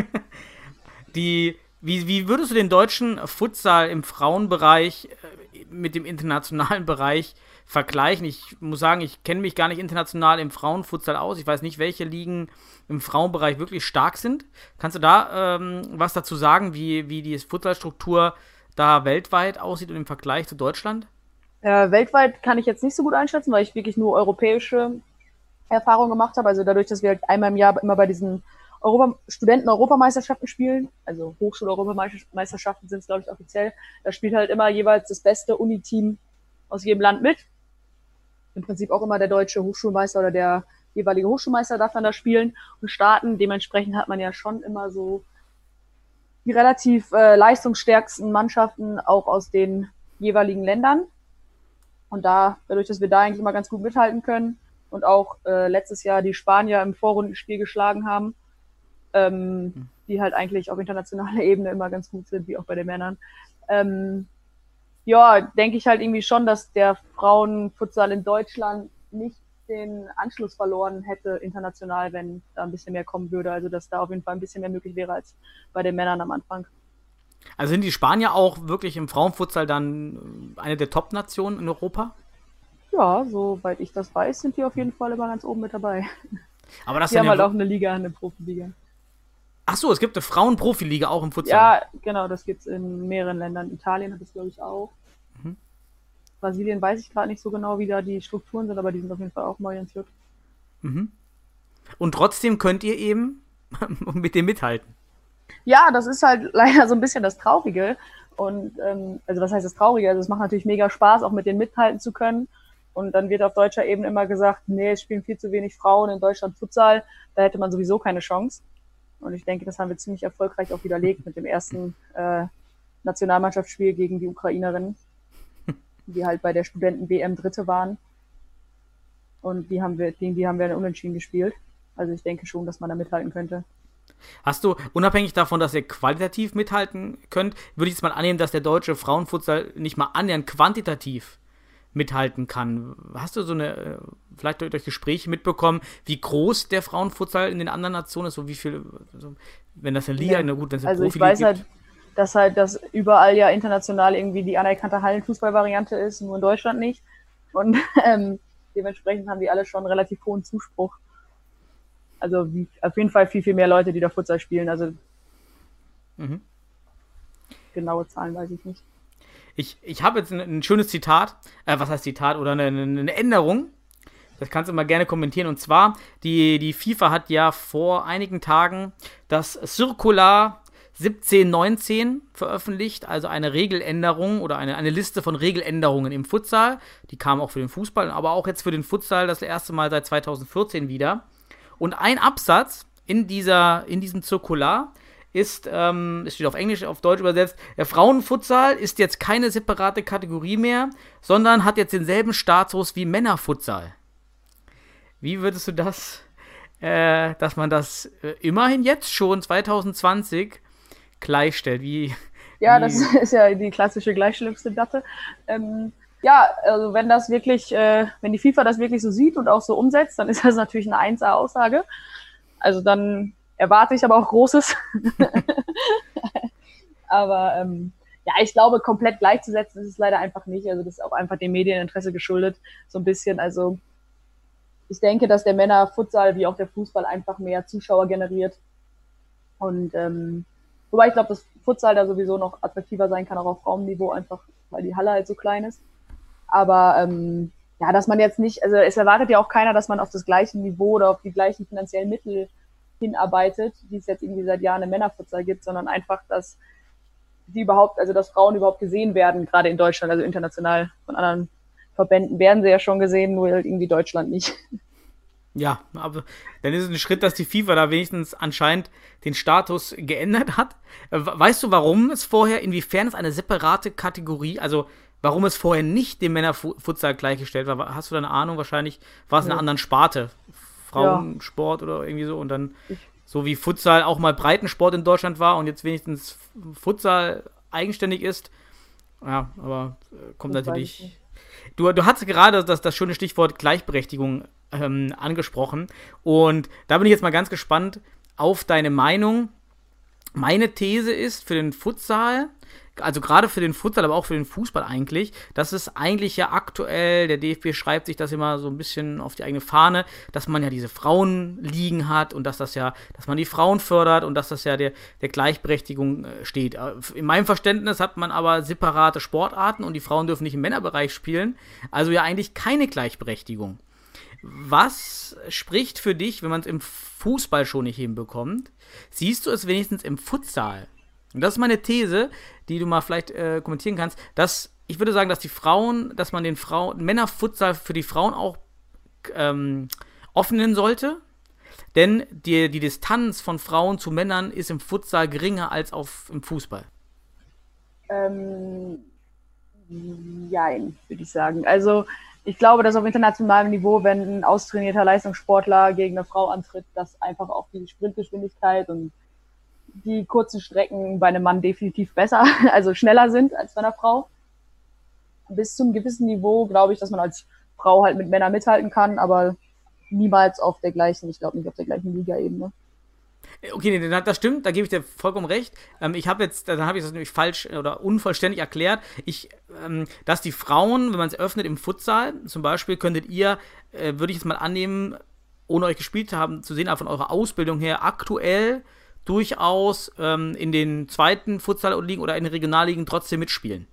Die, wie, wie würdest du den deutschen Futsal im Frauenbereich äh, mit dem internationalen Bereich vergleichen? Ich muss sagen, ich kenne mich gar nicht international im Frauenfutsal aus. Ich weiß nicht, welche Ligen im Frauenbereich wirklich stark sind. Kannst du da ähm, was dazu sagen, wie, wie die Futsalstruktur da weltweit aussieht und im Vergleich zu Deutschland? Äh, weltweit kann ich jetzt nicht so gut einschätzen, weil ich wirklich nur europäische Erfahrungen gemacht habe. Also dadurch, dass wir halt einmal im Jahr immer bei diesen Europa- Studenten-Europameisterschaften spielen, also Hochschul-Europameisterschaften sind es, glaube ich, offiziell. Da spielt halt immer jeweils das beste Uni-Team aus jedem Land mit. Im Prinzip auch immer der deutsche Hochschulmeister oder der jeweilige Hochschulmeister darf dann da spielen und starten. Dementsprechend hat man ja schon immer so die relativ äh, leistungsstärksten Mannschaften auch aus den jeweiligen Ländern. Und da, dadurch, dass wir da eigentlich immer ganz gut mithalten können und auch äh, letztes Jahr die Spanier im Vorrundenspiel geschlagen haben, ähm, die halt eigentlich auf internationaler Ebene immer ganz gut sind, wie auch bei den Männern. Ähm, ja, denke ich halt irgendwie schon, dass der Frauenfutsal in Deutschland nicht den Anschluss verloren hätte international, wenn da ein bisschen mehr kommen würde. Also dass da auf jeden Fall ein bisschen mehr möglich wäre als bei den Männern am Anfang. Also sind die Spanier auch wirklich im Frauenfutsal dann eine der Top-Nationen in Europa? Ja, soweit ich das weiß, sind die auf jeden Fall immer ganz oben mit dabei. Aber das Die sind haben ja halt wir- auch eine Liga, eine Profiliga. Ach so, es gibt eine Frauen-Profiliga auch im Futsal. Ja, genau, das gibt's in mehreren Ländern. Italien hat es, glaube ich, auch. Mhm. Brasilien weiß ich gerade nicht so genau, wie da die Strukturen sind, aber die sind auf jeden Fall auch neu entführt. Mhm. Und trotzdem könnt ihr eben mit dem mithalten. Ja, das ist halt leider so ein bisschen das Traurige. Und ähm, also was heißt das Traurige? Also es macht natürlich mega Spaß, auch mit denen mithalten zu können. Und dann wird auf deutscher Ebene immer gesagt, nee, es spielen viel zu wenig Frauen in Deutschland Futsal, da hätte man sowieso keine Chance. Und ich denke, das haben wir ziemlich erfolgreich auch widerlegt mit dem ersten äh, Nationalmannschaftsspiel gegen die Ukrainerinnen, die halt bei der Studenten-W M Dritte waren. Und die haben wir, gegen die haben wir unentschieden gespielt. Also ich denke schon, dass man da mithalten könnte. Hast du, unabhängig davon, dass ihr qualitativ mithalten könnt, würde ich jetzt mal annehmen, dass der deutsche Frauenfutsal nicht mal annähernd quantitativ mithalten kann. Hast du so eine, vielleicht durch Gespräche mitbekommen, wie groß der Frauenfutsal in den anderen Nationen ist, so wie viel, also, wenn das eine Liga, ja. na gut, wenn es eine Also ich Profiliga weiß gibt. halt, dass halt das überall ja international irgendwie die anerkannte Hallenfußballvariante ist, nur in Deutschland nicht. Und ähm, dementsprechend haben die alle schon relativ hohen Zuspruch. Also wie, auf jeden Fall viel, viel mehr Leute, die da Futsal spielen. Also Mhm. genaue Zahlen weiß ich nicht. Ich, ich habe jetzt ein, ein schönes Zitat, äh, was heißt Zitat, oder eine, eine Änderung. Das kannst du mal gerne kommentieren. Und zwar, die, die FIFA hat ja vor einigen Tagen das Circular siebzehn neunzehn veröffentlicht, also eine Regeländerung oder eine, eine Liste von Regeländerungen im Futsal. Die kam auch für den Fußball, aber auch jetzt für den Futsal das erste Mal seit zweitausendvierzehn wieder. Und ein Absatz in, dieser, in diesem Zirkular ist, ähm, es steht auf Englisch, auf Deutsch übersetzt, der Frauenfutsal ist jetzt keine separate Kategorie mehr, sondern hat jetzt denselben Status wie Männerfutsal. Wie würdest du das, äh, dass man das äh, immerhin jetzt schon zwanzig zwanzig gleichstellt? Wie, Ja, wie, das ist ja die klassische Gleichstellungsdebatte. Ähm, ja, also wenn das wirklich, äh, wenn die FIFA das wirklich so sieht und auch so umsetzt, dann ist das natürlich eine eins A-Aussage. Also dann erwarte ich aber auch Großes. aber ähm, ja, ich glaube, komplett gleichzusetzen ist es leider einfach nicht. Also das ist auch einfach dem Medieninteresse geschuldet, so ein bisschen. Also ich denke, dass der Männerfutsal wie auch der Fußball einfach mehr Zuschauer generiert. Und ähm, wobei ich glaube, dass Futsal da sowieso noch attraktiver sein kann, auch auf Frauenniveau, einfach weil die Halle halt so klein ist. Aber ähm, ja, dass man jetzt nicht, also es erwartet ja auch keiner, dass man auf das gleiche Niveau oder auf die gleichen finanziellen Mittel hinarbeitet, die es jetzt irgendwie seit Jahren im Männerfutsal gibt, sondern einfach, dass die überhaupt, also dass Frauen überhaupt gesehen werden, gerade in Deutschland, also international von anderen Verbänden werden sie ja schon gesehen, nur halt irgendwie Deutschland nicht. Ja, aber dann ist es ein Schritt, dass die FIFA da wenigstens anscheinend den Status geändert hat. Weißt du, warum es vorher, inwiefern es eine separate Kategorie, also warum es vorher nicht dem Männerfutsal gleichgestellt war? Hast du da eine Ahnung? Wahrscheinlich war es in einer Ja. anderen Sparte. Frauensport ja. oder irgendwie so. Und dann, so wie Futsal auch mal Breitensport in Deutschland war und jetzt wenigstens Futsal eigenständig ist. Ja, aber äh, kommt Das natürlich. Du, du hast gerade das, das schöne Stichwort Gleichberechtigung ähm, angesprochen. Und da bin ich jetzt mal ganz gespannt auf deine Meinung. Meine These ist für den Futsal, also gerade für den Futsal, aber auch für den Fußball eigentlich, dass es eigentlich ja aktuell, der D F B schreibt sich das immer so ein bisschen auf die eigene Fahne, dass man ja diese Frauenligen hat und dass das ja, dass man die Frauen fördert und dass das ja der, der Gleichberechtigung äh, steht. In meinem Verständnis hat man aber separate Sportarten und die Frauen dürfen nicht im Männerbereich spielen, also ja eigentlich keine Gleichberechtigung. Was spricht für dich, wenn man es im Fußball schon nicht hinbekommt? Siehst du es wenigstens im Futsal? Und das ist meine These, die du mal vielleicht äh, kommentieren kannst, dass ich würde sagen, dass die Frauen, dass man den Frauen, Männerfutsal für die Frauen auch ähm, öffnen sollte, denn die, die Distanz von Frauen zu Männern ist im Futsal geringer als auf, im Fußball. Ähm, jein, würde ich sagen. Also ich glaube, dass auf internationalem Niveau, wenn ein austrainierter Leistungssportler gegen eine Frau antritt, dass einfach auch die Sprintgeschwindigkeit und die kurzen Strecken bei einem Mann definitiv besser, also schneller sind als bei einer Frau. Bis zum gewissen Niveau glaube ich, dass man als Frau halt mit Männern mithalten kann, aber niemals auf der gleichen, ich glaube nicht auf der gleichen Liga-Ebene. Okay, nee, das stimmt, da gebe ich dir vollkommen recht. Ähm, ich habe jetzt, dann habe ich das nämlich falsch oder unvollständig erklärt. Ich, ähm, dass die Frauen, wenn man es öffnet im Futsal, zum Beispiel könntet ihr, äh, würde ich jetzt mal annehmen, ohne euch gespielt zu haben, zu sehen, aber von eurer Ausbildung her aktuell durchaus ähm, in den zweiten Futsal-Ligen oder in den Regionalligen trotzdem mitspielen.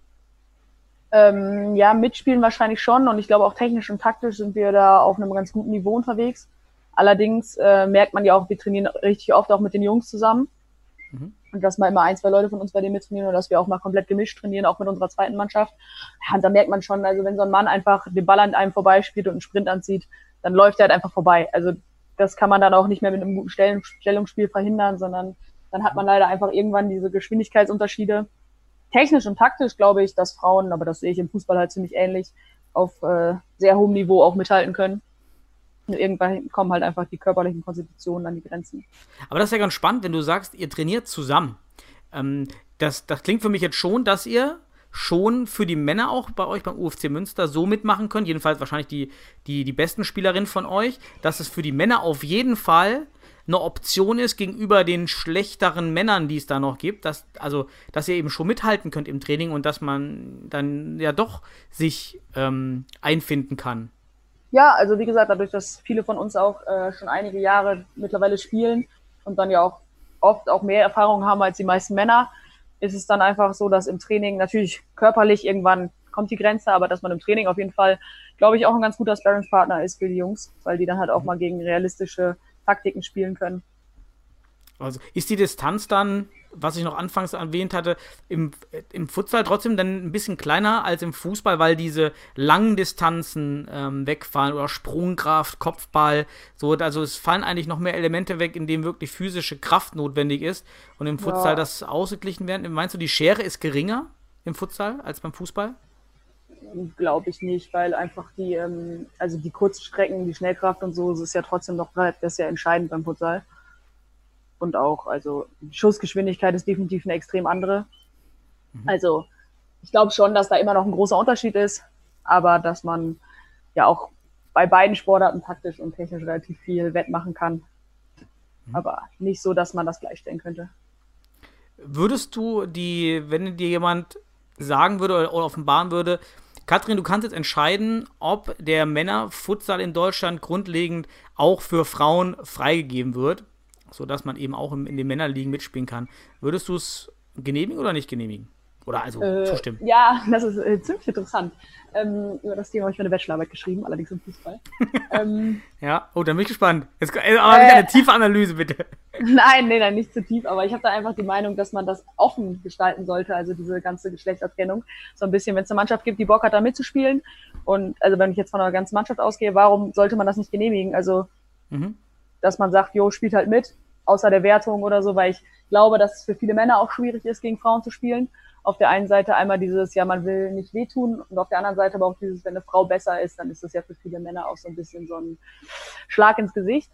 Ähm, ja, mitspielen wahrscheinlich schon und ich glaube auch technisch und taktisch sind wir da auf einem ganz guten Niveau unterwegs. Allerdings äh, merkt man ja auch, wir trainieren richtig oft auch mit den Jungs zusammen. Mhm. Und dass mal immer ein, zwei Leute von uns bei denen mittrainieren oder dass wir auch mal komplett gemischt trainieren, auch mit unserer zweiten Mannschaft. Ja, und da merkt man schon, also wenn so ein Mann einfach den Ball an einem vorbeispielt und einen Sprint anzieht, dann läuft er halt einfach vorbei. Also das kann man dann auch nicht mehr mit einem guten Stell- Stellungsspiel verhindern, sondern dann hat man leider einfach irgendwann diese Geschwindigkeitsunterschiede. Technisch und taktisch glaube ich, dass Frauen, aber das sehe ich im Fußball halt ziemlich ähnlich, auf äh, sehr hohem Niveau auch mithalten können. Und irgendwann kommen halt einfach die körperlichen Konstitutionen an die Grenzen. Aber das ist ja ganz spannend, wenn du sagst, ihr trainiert zusammen. Ähm, das, das klingt für mich jetzt schon, dass ihr schon für die Männer auch bei euch beim U F C Münster so mitmachen könnt, jedenfalls wahrscheinlich die, die, die besten Spielerinnen von euch, dass es für die Männer auf jeden Fall eine Option ist gegenüber den schlechteren Männern, die es da noch gibt, dass, also, dass ihr eben schon mithalten könnt im Training und dass man dann ja doch sich ähm, einfinden kann. Ja, also wie gesagt, dadurch, dass viele von uns auch äh, schon einige Jahre mittlerweile spielen und dann ja auch oft auch mehr Erfahrung haben als die meisten Männer, ist es dann einfach so, dass im Training natürlich körperlich irgendwann kommt die Grenze, aber dass man im Training auf jeden Fall, glaube ich, auch ein ganz guter Sparringspartner ist für die Jungs, weil die dann halt auch mal gegen realistische Taktiken spielen können. Also ist die Distanz dann, was ich noch anfangs erwähnt hatte, im, im Futsal trotzdem dann ein bisschen kleiner als im Fußball, weil diese langen Distanzen ähm, wegfallen oder Sprungkraft, Kopfball, so, also es fallen eigentlich noch mehr Elemente weg, in denen wirklich physische Kraft notwendig ist und im Futsal ja. das ausgeglichen werden. Meinst du, die Schere ist geringer im Futsal als beim Fußball? Glaube ich nicht, weil einfach die, ähm, also die kurzen Strecken, die Schnellkraft und so, das ist ja trotzdem noch, das ist ja entscheidend beim Futsal. Und auch, also die Schussgeschwindigkeit ist definitiv eine extrem andere. Mhm. Also ich glaube schon, dass da immer noch ein großer Unterschied ist, aber dass man ja auch bei beiden Sportarten taktisch und technisch relativ viel wettmachen kann. Mhm. Aber nicht so, dass man das gleichstellen könnte. Würdest du die, wenn dir jemand sagen würde oder offenbaren würde, Katrin, du kannst jetzt entscheiden, ob der Männerfutsal in Deutschland grundlegend auch für Frauen freigegeben wird, sodass man eben auch in den Männerligen mitspielen kann. Würdest du es genehmigen oder nicht genehmigen? Oder also äh, zustimmen? Ja, das ist äh, ziemlich interessant. Ähm, über das Thema habe ich meine Bachelorarbeit geschrieben, allerdings im Fußball. ähm, ja, oh, dann bin ich gespannt. Jetzt, äh, aber äh, eine tiefe Analyse, bitte. Nein, nein, nein, nicht zu tief, aber ich habe da einfach die Meinung, dass man das offen gestalten sollte, also diese ganze Geschlechtertrennung. So ein bisschen, wenn es eine Mannschaft gibt, die Bock hat, da mitzuspielen. Und also wenn ich jetzt von einer ganzen Mannschaft ausgehe, warum sollte man das nicht genehmigen? Also, mhm. dass man sagt, jo, spielt halt mit, außer der Wertung oder so, weil ich glaube, dass es für viele Männer auch schwierig ist, gegen Frauen zu spielen. Auf der einen Seite einmal dieses, ja, man will nicht wehtun und auf der anderen Seite aber auch dieses, wenn eine Frau besser ist, dann ist das ja für viele Männer auch so ein bisschen so ein Schlag ins Gesicht.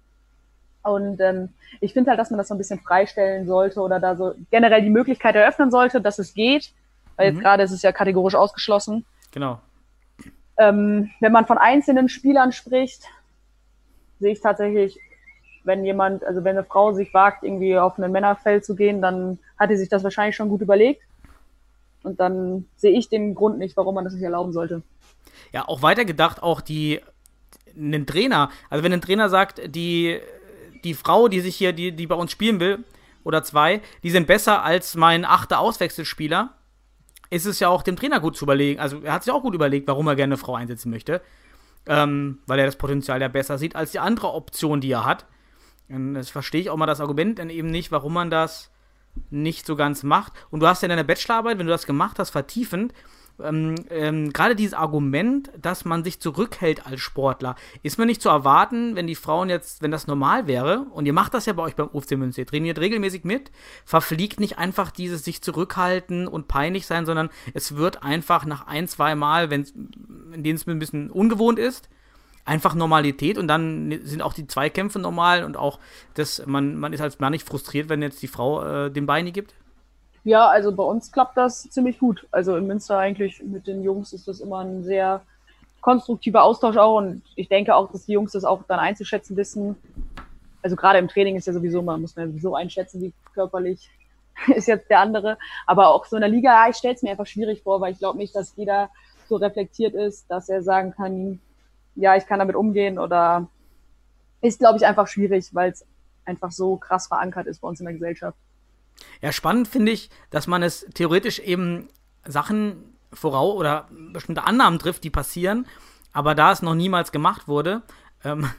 Und ähm, ich finde halt, dass man das so ein bisschen freistellen sollte oder da so generell die Möglichkeit eröffnen sollte, dass es geht, weil mhm. jetzt gerade ist es ja kategorisch ausgeschlossen. Genau. Ähm, wenn man von einzelnen Spielern spricht, sehe ich tatsächlich, wenn jemand, also wenn eine Frau sich wagt, irgendwie auf ein Männerfeld zu gehen, dann hat sie sich das wahrscheinlich schon gut überlegt. Und dann sehe ich den Grund nicht, warum man das nicht erlauben sollte. Ja, auch weitergedacht, auch die, einen Trainer, also wenn ein Trainer sagt, die, die Frau, die sich hier, die, die bei uns spielen will, oder zwei, die sind besser als mein achter Auswechselspieler, ist es ja auch dem Trainer gut zu überlegen, also er hat sich auch gut überlegt, warum er gerne eine Frau einsetzen möchte, ähm, weil er das Potenzial ja besser sieht als die andere Option, die er hat. Und das verstehe ich auch mal das Argument dann eben nicht, warum man das nicht so ganz macht. Und du hast ja in deiner Bachelorarbeit, wenn du das gemacht hast, vertiefend, ähm, ähm, gerade dieses Argument, dass man sich zurückhält als Sportler, ist mir nicht zu erwarten, wenn die Frauen jetzt, wenn das normal wäre, und ihr macht das ja bei euch beim U F C Münster, ihr trainiert regelmäßig mit, verfliegt nicht einfach dieses sich zurückhalten und peinlich sein, sondern es wird einfach nach ein, zwei Mal, wenn in denen es ein bisschen ungewohnt ist, einfach Normalität und dann sind auch die Zweikämpfe normal und auch das, man, man ist als Mann nicht frustriert, wenn jetzt die Frau äh, den Beini gibt? Ja, also bei uns klappt das ziemlich gut. Also in Münster eigentlich mit den Jungs ist das immer ein sehr konstruktiver Austausch auch und ich denke auch, dass die Jungs das auch dann einzuschätzen wissen. Also gerade im Training ist ja sowieso, man muss man ja sowieso einschätzen, wie körperlich ist jetzt der andere. Aber auch so in der Liga, ich stelle es mir einfach schwierig vor, weil ich glaube nicht, dass jeder so reflektiert ist, dass er sagen kann, ja, ich kann damit umgehen oder ist, glaube ich, einfach schwierig, weil es einfach so krass verankert ist bei uns in der Gesellschaft. Ja, spannend finde ich, dass man es theoretisch eben Sachen voraus oder bestimmte Annahmen trifft, die passieren, aber da es noch niemals gemacht wurde, ähm,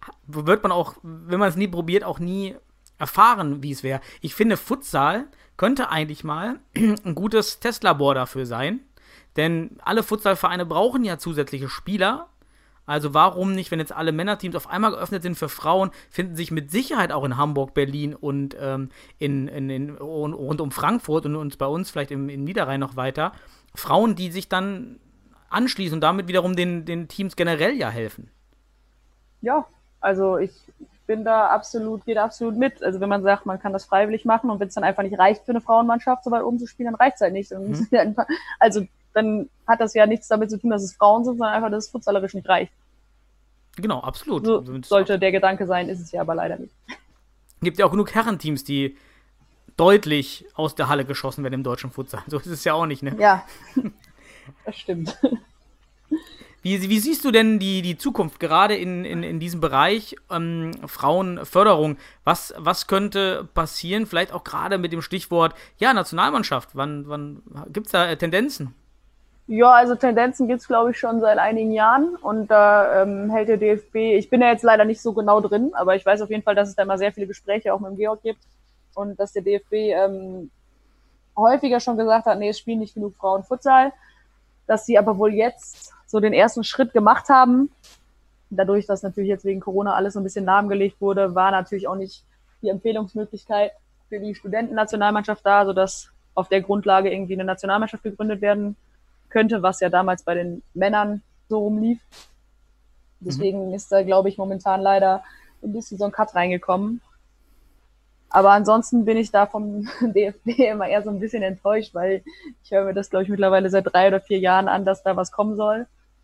wird man auch, wenn man es nie probiert, auch nie erfahren, wie es wäre. Ich finde, Futsal könnte eigentlich mal ein gutes Testlabor dafür sein, denn alle Futsalvereine brauchen ja zusätzliche Spieler. Also warum nicht, wenn jetzt alle Männerteams auf einmal geöffnet sind für Frauen, finden sich mit Sicherheit auch in Hamburg, Berlin und ähm, in, in, in, rund um Frankfurt und, und bei uns vielleicht im, im Niederrhein noch weiter, Frauen, die sich dann anschließen und damit wiederum den, den Teams generell ja helfen. Ja, also ich bin da absolut, gehe da absolut mit. Also wenn man sagt, man kann das freiwillig machen und wenn es dann einfach nicht reicht für eine Frauenmannschaft, so weit oben zu spielen, dann reicht es halt nicht. Dann mhm. Also dann hat das ja nichts damit zu tun, dass es Frauen sind, sondern einfach, dass es futsalerisch nicht reicht. Genau, absolut. So sollte der Gedanke sein, ist es ja aber leider nicht. Gibt ja auch genug Herrenteams, die deutlich aus der Halle geschossen werden im deutschen Futsal. So ist es ja auch nicht, ne? Ja, das stimmt. Wie, wie siehst du denn die, die Zukunft gerade in, in, in diesem Bereich ähm, Frauenförderung? Was, was könnte passieren? Vielleicht auch gerade mit dem Stichwort ja, Nationalmannschaft. Wann, wann gibt es da Tendenzen? Ja, also Tendenzen gibt's glaube ich, schon seit einigen Jahren und da ähm, hält der D F B, ich bin ja jetzt leider nicht so genau drin, aber ich weiß auf jeden Fall, dass es da immer sehr viele Gespräche auch mit dem Georg gibt und dass der D F B ähm, häufiger schon gesagt hat, nee, es spielen nicht genug Frauen Futsal, dass sie aber wohl jetzt so den ersten Schritt gemacht haben. Dadurch, dass natürlich jetzt wegen Corona alles so ein bisschen lahmgelegt wurde, war natürlich auch nicht die Empfehlungsmöglichkeit für die Studentennationalmannschaft da, sodass auf der Grundlage irgendwie eine Nationalmannschaft gegründet werden könnte, was ja damals bei den Männern so rumlief. Deswegen mhm. ist da, glaube ich, momentan leider ein bisschen so ein Cut reingekommen. Aber ansonsten bin ich da vom D F B immer eher so ein bisschen enttäuscht, weil ich höre mir das, glaube ich, mittlerweile seit drei oder vier Jahren an, dass da was kommen soll.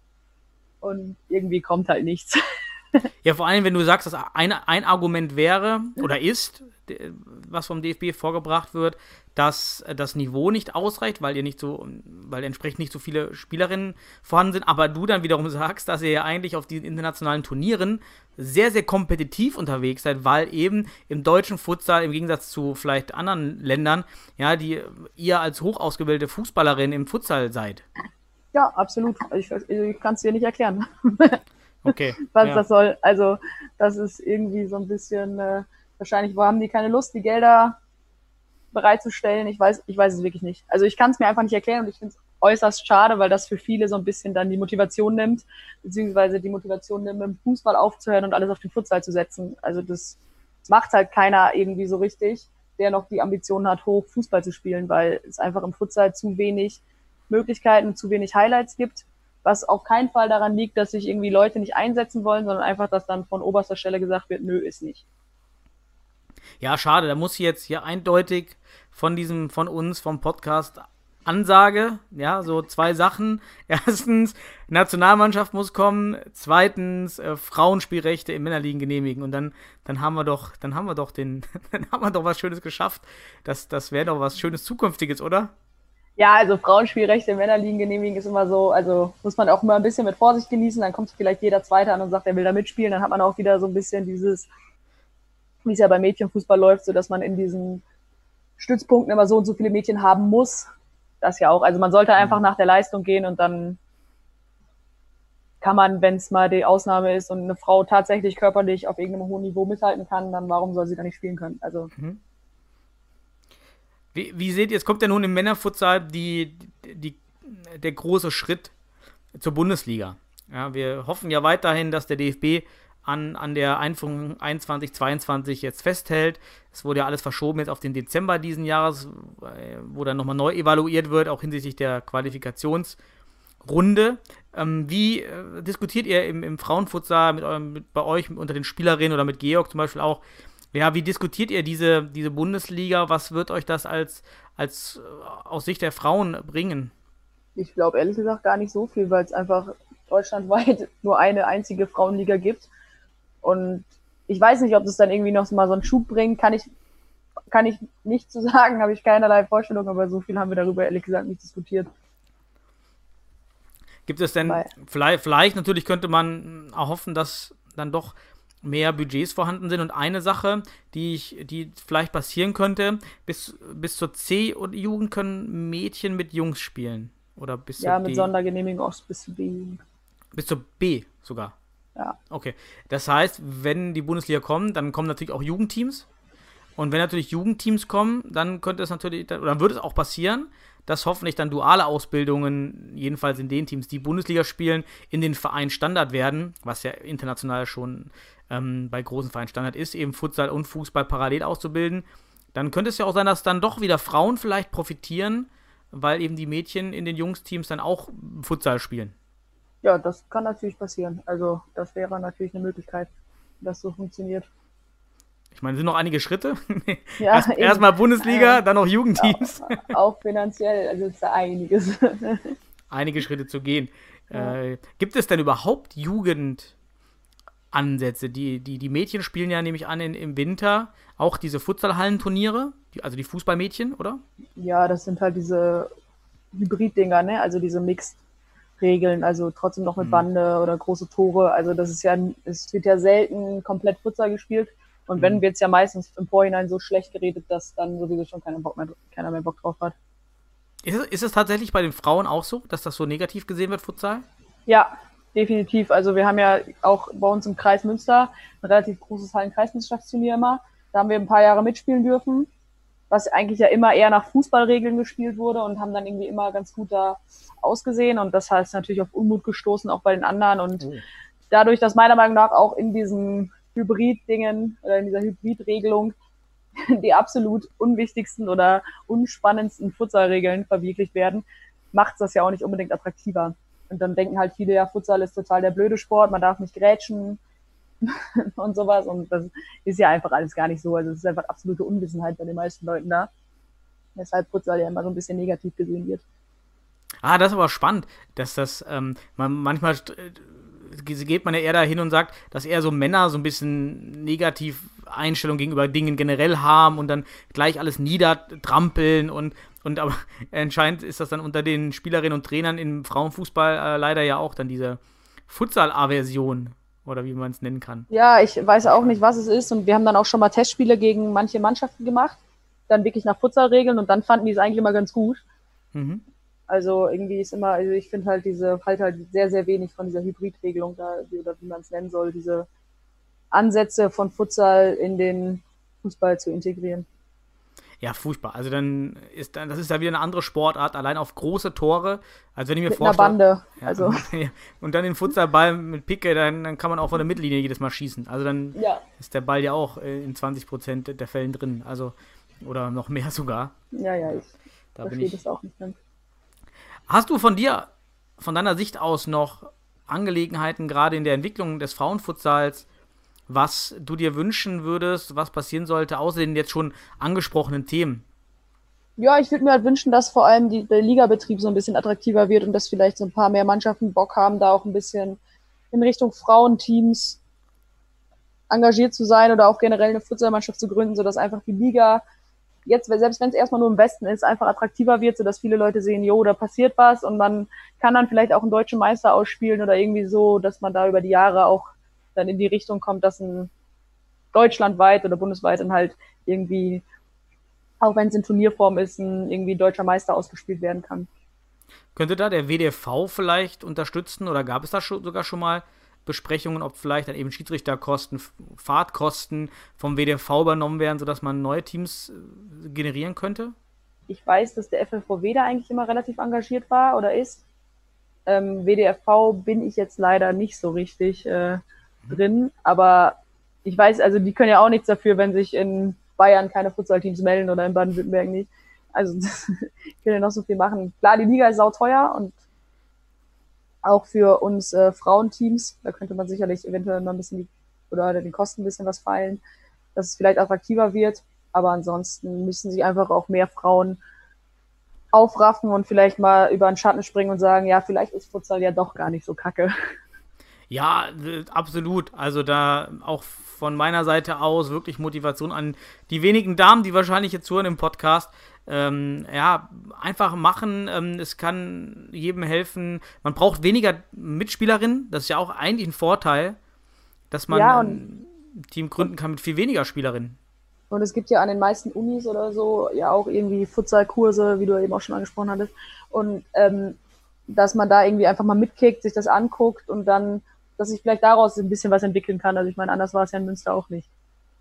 Und irgendwie kommt halt nichts. Ja, vor allem, wenn du sagst, dass ein, ein Argument wäre oder ist, was vom D F B vorgebracht wird, dass das Niveau nicht ausreicht, weil ihr nicht so, weil entsprechend nicht so viele Spielerinnen vorhanden sind, aber du dann wiederum sagst, dass ihr ja eigentlich auf diesen internationalen Turnieren sehr, sehr kompetitiv unterwegs seid, weil eben im deutschen Futsal, im Gegensatz zu vielleicht anderen Ländern, ja, die ihr als hoch ausgebildete Fußballerin im Futsal seid. Ja, absolut. Ich, ich kann es dir nicht erklären. Okay. Was ja. das soll. Also, das ist irgendwie so ein bisschen, äh, wahrscheinlich haben die keine Lust, die Gelder bereitzustellen. Ich weiß, ich weiß es wirklich nicht. Also, ich kann es mir einfach nicht erklären und ich finde es äußerst schade, weil das für viele so ein bisschen dann die Motivation nimmt, beziehungsweise die Motivation nimmt, mit dem Fußball aufzuhören und alles auf den Futsal zu setzen. Also, das macht halt keiner irgendwie so richtig, der noch die Ambition hat, hoch Fußball zu spielen, weil es einfach im Futsal zu wenig Möglichkeiten, zu wenig Highlights gibt. Was auf keinen Fall daran liegt, dass sich irgendwie Leute nicht einsetzen wollen, sondern einfach, dass dann von oberster Stelle gesagt wird, nö, ist nicht. Ja, schade, da muss ich jetzt hier eindeutig von diesem, von uns, vom Podcast Ansage, ja, so zwei Sachen. Erstens, Nationalmannschaft muss kommen. Zweitens, äh, Frauenspielrechte im Männerligen genehmigen. Und dann, dann haben wir doch, dann haben wir doch den, dann haben wir doch was Schönes geschafft. Das, das wäre doch was Schönes Zukünftiges, oder? Ja, also Frauenspielrechte in Männerligen genehmigen ist immer so, also muss man auch immer ein bisschen mit Vorsicht genießen, dann kommt vielleicht jeder Zweite an und sagt, er will da mitspielen, dann hat man auch wieder so ein bisschen dieses, wie es ja bei Mädchenfußball läuft, so dass man in diesen Stützpunkten immer so und so viele Mädchen haben muss. Das ja auch, also man sollte einfach nach der Leistung gehen und dann kann man, wenn es mal die Ausnahme ist und eine Frau tatsächlich körperlich auf irgendeinem hohen Niveau mithalten kann, dann warum soll sie da nicht spielen können? Also mhm. Wie, wie seht ihr, es kommt ja nun im Männerfutsal die, die, der große Schritt zur Bundesliga. Ja, wir hoffen ja weiterhin, dass der D F B an, an der Einführung einundzwanzig zweiundzwanzig jetzt festhält. Es wurde ja alles verschoben jetzt auf den Dezember diesen Jahres, wo dann nochmal neu evaluiert wird, auch hinsichtlich der Qualifikationsrunde. Ähm, wie äh, diskutiert ihr im, im Frauenfutsal mit eurem, mit, bei euch unter den Spielerinnen oder mit Georg zum Beispiel auch? Ja, wie diskutiert ihr diese, diese Bundesliga? Was wird euch das als, als aus Sicht der Frauen bringen? Ich glaube ehrlich gesagt gar nicht so viel, weil es einfach deutschlandweit nur eine einzige Frauenliga gibt. Und ich weiß nicht, ob das dann irgendwie noch mal so einen Schub bringt. Kann ich, kann ich nicht zu sagen, habe ich keinerlei Vorstellung, aber so viel haben wir darüber ehrlich gesagt nicht diskutiert. Gibt es denn, vielleicht, vielleicht natürlich könnte man erhoffen, dass dann doch mehr Budgets vorhanden sind. Und eine Sache, die ich, die vielleicht passieren könnte, bis, bis zur C-Jugend können Mädchen mit Jungs spielen. Oder bis ja, zur mit D. Sondergenehmigung auch bis zur B. Bis zur B sogar. Ja. Okay, das heißt, wenn die Bundesliga kommt, dann kommen natürlich auch Jugendteams. Und wenn natürlich Jugendteams kommen, dann könnte es natürlich, oder dann würde es auch passieren, dass hoffentlich dann duale Ausbildungen, jedenfalls in den Teams, die Bundesliga spielen, in den Vereinen Standard werden, was ja international schon ähm, bei großen Vereinen Standard ist, eben Futsal und Fußball parallel auszubilden. Dann könnte es ja auch sein, dass dann doch wieder Frauen vielleicht profitieren, weil eben die Mädchen in den Jungsteams dann auch Futsal spielen. Ja, das kann natürlich passieren. Also das wäre natürlich eine Möglichkeit, dass so funktioniert. Ich meine, es sind noch einige Schritte. Ja, Erst, erstmal Bundesliga, dann noch Jugendteams. Auch, auch finanziell, also ist da einiges. Einige Schritte zu gehen. Ja. Äh, gibt es denn überhaupt Jugendansätze? Die, die, die Mädchen spielen ja nämlich an in, im Winter auch diese Futsalhallenturniere, die, also die Fußballmädchen, oder? Ja, das sind halt diese Hybrid-Dinger, ne? Also diese Mixed-Regeln, also trotzdem noch mit Bande oder große Tore. Also das ist ja, es wird ja selten komplett Futsal gespielt. Und wenn, wird es ja meistens im Vorhinein so schlecht geredet, dass dann sowieso schon keiner, Bock mehr, keiner mehr Bock drauf hat. Ist es, ist es tatsächlich bei den Frauen auch so, dass das so negativ gesehen wird, Futsal? Ja, definitiv. Also wir haben ja auch bei uns im Kreis Münster ein relativ großes Hallen-Kreismeisterschaftsturnier immer. Da haben wir ein paar Jahre mitspielen dürfen, was eigentlich ja immer eher nach Fußballregeln gespielt wurde und haben dann irgendwie immer ganz gut da ausgesehen. Und das heißt natürlich auf Unmut gestoßen, auch bei den anderen. Und oh. dadurch, dass meiner Meinung nach auch in diesen Hybrid-Dingen oder in dieser Hybrid-Regelung die absolut unwichtigsten oder unspannendsten Futsal-Regeln verwirklicht werden, macht das ja auch nicht unbedingt attraktiver. Und dann denken halt viele, ja, Futsal ist total der blöde Sport, man darf nicht grätschen und sowas. Und das ist ja einfach alles gar nicht so. Also es ist einfach absolute Unwissenheit bei den meisten Leuten da. Weshalb Futsal ja immer so ein bisschen negativ gesehen wird. Ah, das ist aber spannend, dass das ähm, man manchmal äh, geht man ja eher dahin und sagt, dass eher so Männer so ein bisschen negativ Einstellung gegenüber Dingen generell haben und dann gleich alles niedertrampeln und, und aber anscheinend ist das dann unter den Spielerinnen und Trainern im Frauenfußball äh, leider ja auch dann diese Futsal-Aversion oder wie man es nennen kann. Ja, ich weiß auch nicht, was es ist und wir haben dann auch schon mal Testspiele gegen manche Mannschaften gemacht, dann wirklich nach Futsal-Regeln und dann fanden die es eigentlich immer ganz gut. Mhm. Also irgendwie ist immer, also ich finde halt diese, halt halt sehr, sehr wenig von dieser Hybridregelung da, oder wie man es nennen soll, diese Ansätze von Futsal in den Fußball zu integrieren. Ja, furchtbar. Also dann ist dann, das ist ja wieder eine andere Sportart, allein auf große Tore. Also wenn ich mir mit vorstelle. Einer Bande. Ja, also. Und dann den Futsalball mit Picke, dann, dann kann man auch von der Mittellinie jedes Mal schießen. Also dann ja. ist der Ball ja auch in zwanzig Prozent der Fällen drin. Also, oder noch mehr sogar. Ja, ja, ich da verstehe das auch nicht ganz. Hast du von dir, von deiner Sicht aus noch Angelegenheiten, gerade in der Entwicklung des Frauenfutsals, was du dir wünschen würdest, was passieren sollte, außer den jetzt schon angesprochenen Themen? Ja, ich würde mir halt wünschen, dass vor allem die, der Ligabetrieb so ein bisschen attraktiver wird und dass vielleicht so ein paar mehr Mannschaften Bock haben, da auch ein bisschen in Richtung Frauenteams engagiert zu sein oder auch generell eine Futsalmannschaft zu gründen, sodass einfach die Liga jetzt, selbst wenn es erstmal nur im Westen ist, einfach attraktiver wird, sodass viele Leute sehen, jo, da passiert was und man kann dann vielleicht auch einen deutschen Meister ausspielen oder irgendwie so, dass man da über die Jahre auch dann in die Richtung kommt, dass ein deutschlandweit oder bundesweit dann halt irgendwie, auch wenn es in Turnierform ist, ein irgendwie deutscher Meister ausgespielt werden kann. Könnte da der W D V vielleicht unterstützen oder gab es da schon, sogar schon mal Besprechungen, ob vielleicht dann eben Schiedsrichterkosten, Fahrtkosten vom W D V übernommen werden, sodass man neue Teams generieren könnte? Ich weiß, dass der F L V W da eigentlich immer relativ engagiert war oder ist. Ähm, W D F V bin ich jetzt leider nicht so richtig äh, drin, aber ich weiß, also die können ja auch nichts dafür, wenn sich in Bayern keine Futsal-Teams melden oder in Baden-Württemberg nicht. Also das können ja noch so viel machen. Klar, die Liga ist sauteuer und auch für uns äh, Frauenteams, da könnte man sicherlich eventuell mal ein bisschen die, oder den Kosten ein bisschen was feilen, dass es vielleicht attraktiver wird, aber ansonsten müssen sich einfach auch mehr Frauen aufraffen und vielleicht mal über den Schatten springen und sagen, ja, vielleicht ist Futsal ja doch gar nicht so kacke. Ja, absolut. Also da auch von meiner Seite aus wirklich Motivation an die wenigen Damen, die wahrscheinlich jetzt hören im Podcast. Ähm, ja, einfach machen. Ähm, es kann jedem helfen. Man braucht weniger Mitspielerinnen. Das ist ja auch eigentlich ein Vorteil, dass man ja, ein Team gründen kann mit viel weniger Spielerinnen. Und es gibt ja an den meisten Unis oder so ja auch irgendwie Futsal-Kurse, wie du eben auch schon angesprochen hattest. Und ähm, dass man da irgendwie einfach mal mitkickt, sich das anguckt und dann dass sich vielleicht daraus ein bisschen was entwickeln kann. Also ich meine, anders war es ja in Münster auch nicht.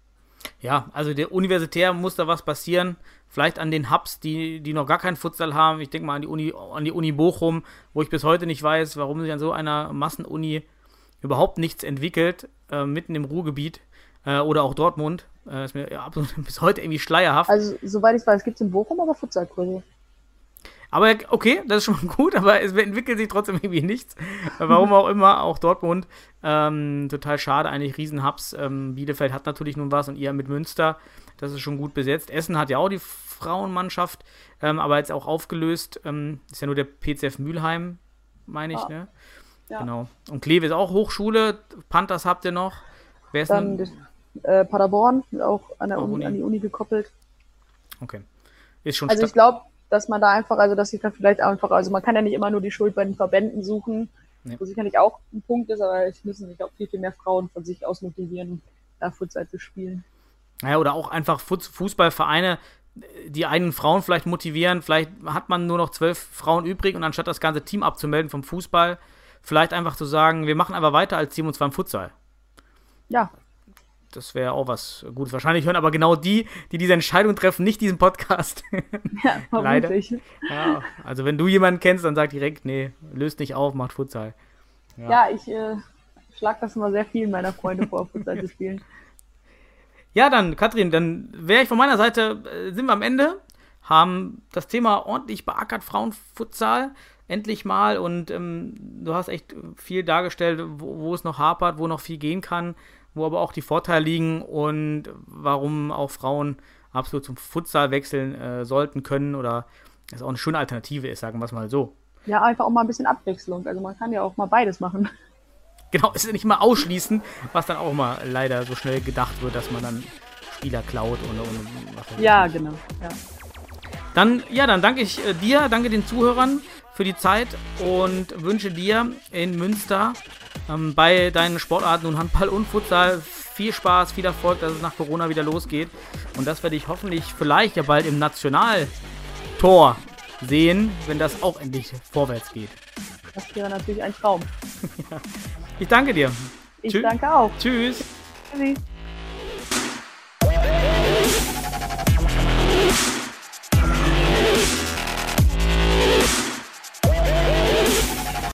Ja, also der universitär muss da was passieren. Vielleicht an den Hubs, die, die noch gar keinen Futsal haben. Ich denke mal an die Uni, an die Uni Bochum, wo ich bis heute nicht weiß, warum sich an so einer Massenuni überhaupt nichts entwickelt, äh, mitten im Ruhrgebiet. Äh, oder auch Dortmund. Äh, ist mir ja, bis heute irgendwie schleierhaft. Also, soweit ich weiß, gibt es in Bochum aber Futsalkurse. Aber okay, das ist schon mal gut, aber es entwickelt sich trotzdem irgendwie nichts. Warum auch immer, auch Dortmund. Ähm, total schade, eigentlich Riesenhubs. Ähm, Bielefeld hat natürlich nun was und ihr mit Münster, das ist schon gut besetzt. Essen hat ja auch die Frauenmannschaft, ähm, aber jetzt auch aufgelöst. Ähm, ist ja nur der P C F Mülheim, meine ich, Ja. ne? Ja. Genau. Und Kleve ist auch Hochschule. Panthers habt ihr noch. Wer ist Dann denn? äh, Paderborn, auch an der Auch Uni, Uni. an die Uni gekoppelt. Okay. Ist schon Also sta- ich glaube, dass man da einfach, also dass sich da vielleicht einfach, also man kann ja nicht immer nur die Schuld bei den Verbänden suchen, Nee. wo sicherlich auch ein Punkt ist, aber es müssen sich auch viel, viel mehr Frauen von sich aus motivieren, da Futsal zu spielen. Ja, oder auch einfach Fuß- Fußballvereine, die eigenen Frauen vielleicht motivieren. Vielleicht hat man nur noch zwölf Frauen übrig und anstatt das ganze Team abzumelden vom Fußball, vielleicht einfach zu sagen, wir machen einfach weiter als Team und zwar im Futsal. Ja, Das wäre auch was Gutes. Wahrscheinlich hören aber genau die, die diese Entscheidung treffen, nicht diesen Podcast. ja Leider. vermutlich. Ja, also wenn du jemanden kennst, dann sag direkt, nee, löst nicht auf, macht Futsal. Ja. Ja, ich äh, schlag das mal sehr vielen meiner Freunde vor, Futsal zu spielen. Ja, dann, Katrin, dann wäre ich von meiner Seite, äh, sind wir am Ende, haben das Thema ordentlich beackert, Frauenfutsal, endlich mal und ähm, du hast echt viel dargestellt, wo, wo es noch hapert, wo noch viel gehen kann, wo aber auch die Vorteile liegen und warum auch Frauen absolut zum Futsal wechseln äh, sollten können oder es auch eine schöne Alternative ist, sagen wir es mal so. Ja, einfach auch mal ein bisschen Abwechslung. Also man kann ja auch mal beides machen. Genau, es ist nicht mal ausschließen, was dann auch mal leider so schnell gedacht wird, dass man dann Spieler klaut und, und was weiß ich. Ja, genau. Ja. Dann, ja, dann danke ich äh, dir, danke den Zuhörern für die Zeit und wünsche dir in Münster ähm, bei deinen Sportarten und Handball und Futsal viel Spaß, viel Erfolg, dass es nach Corona wieder losgeht und dass wir dich hoffentlich vielleicht ja bald im Nationaltor sehen, wenn das auch endlich vorwärts geht. Das wäre natürlich ein Traum. Ich danke dir. Ich Tschü- danke auch. Tschüss. Tschüssi.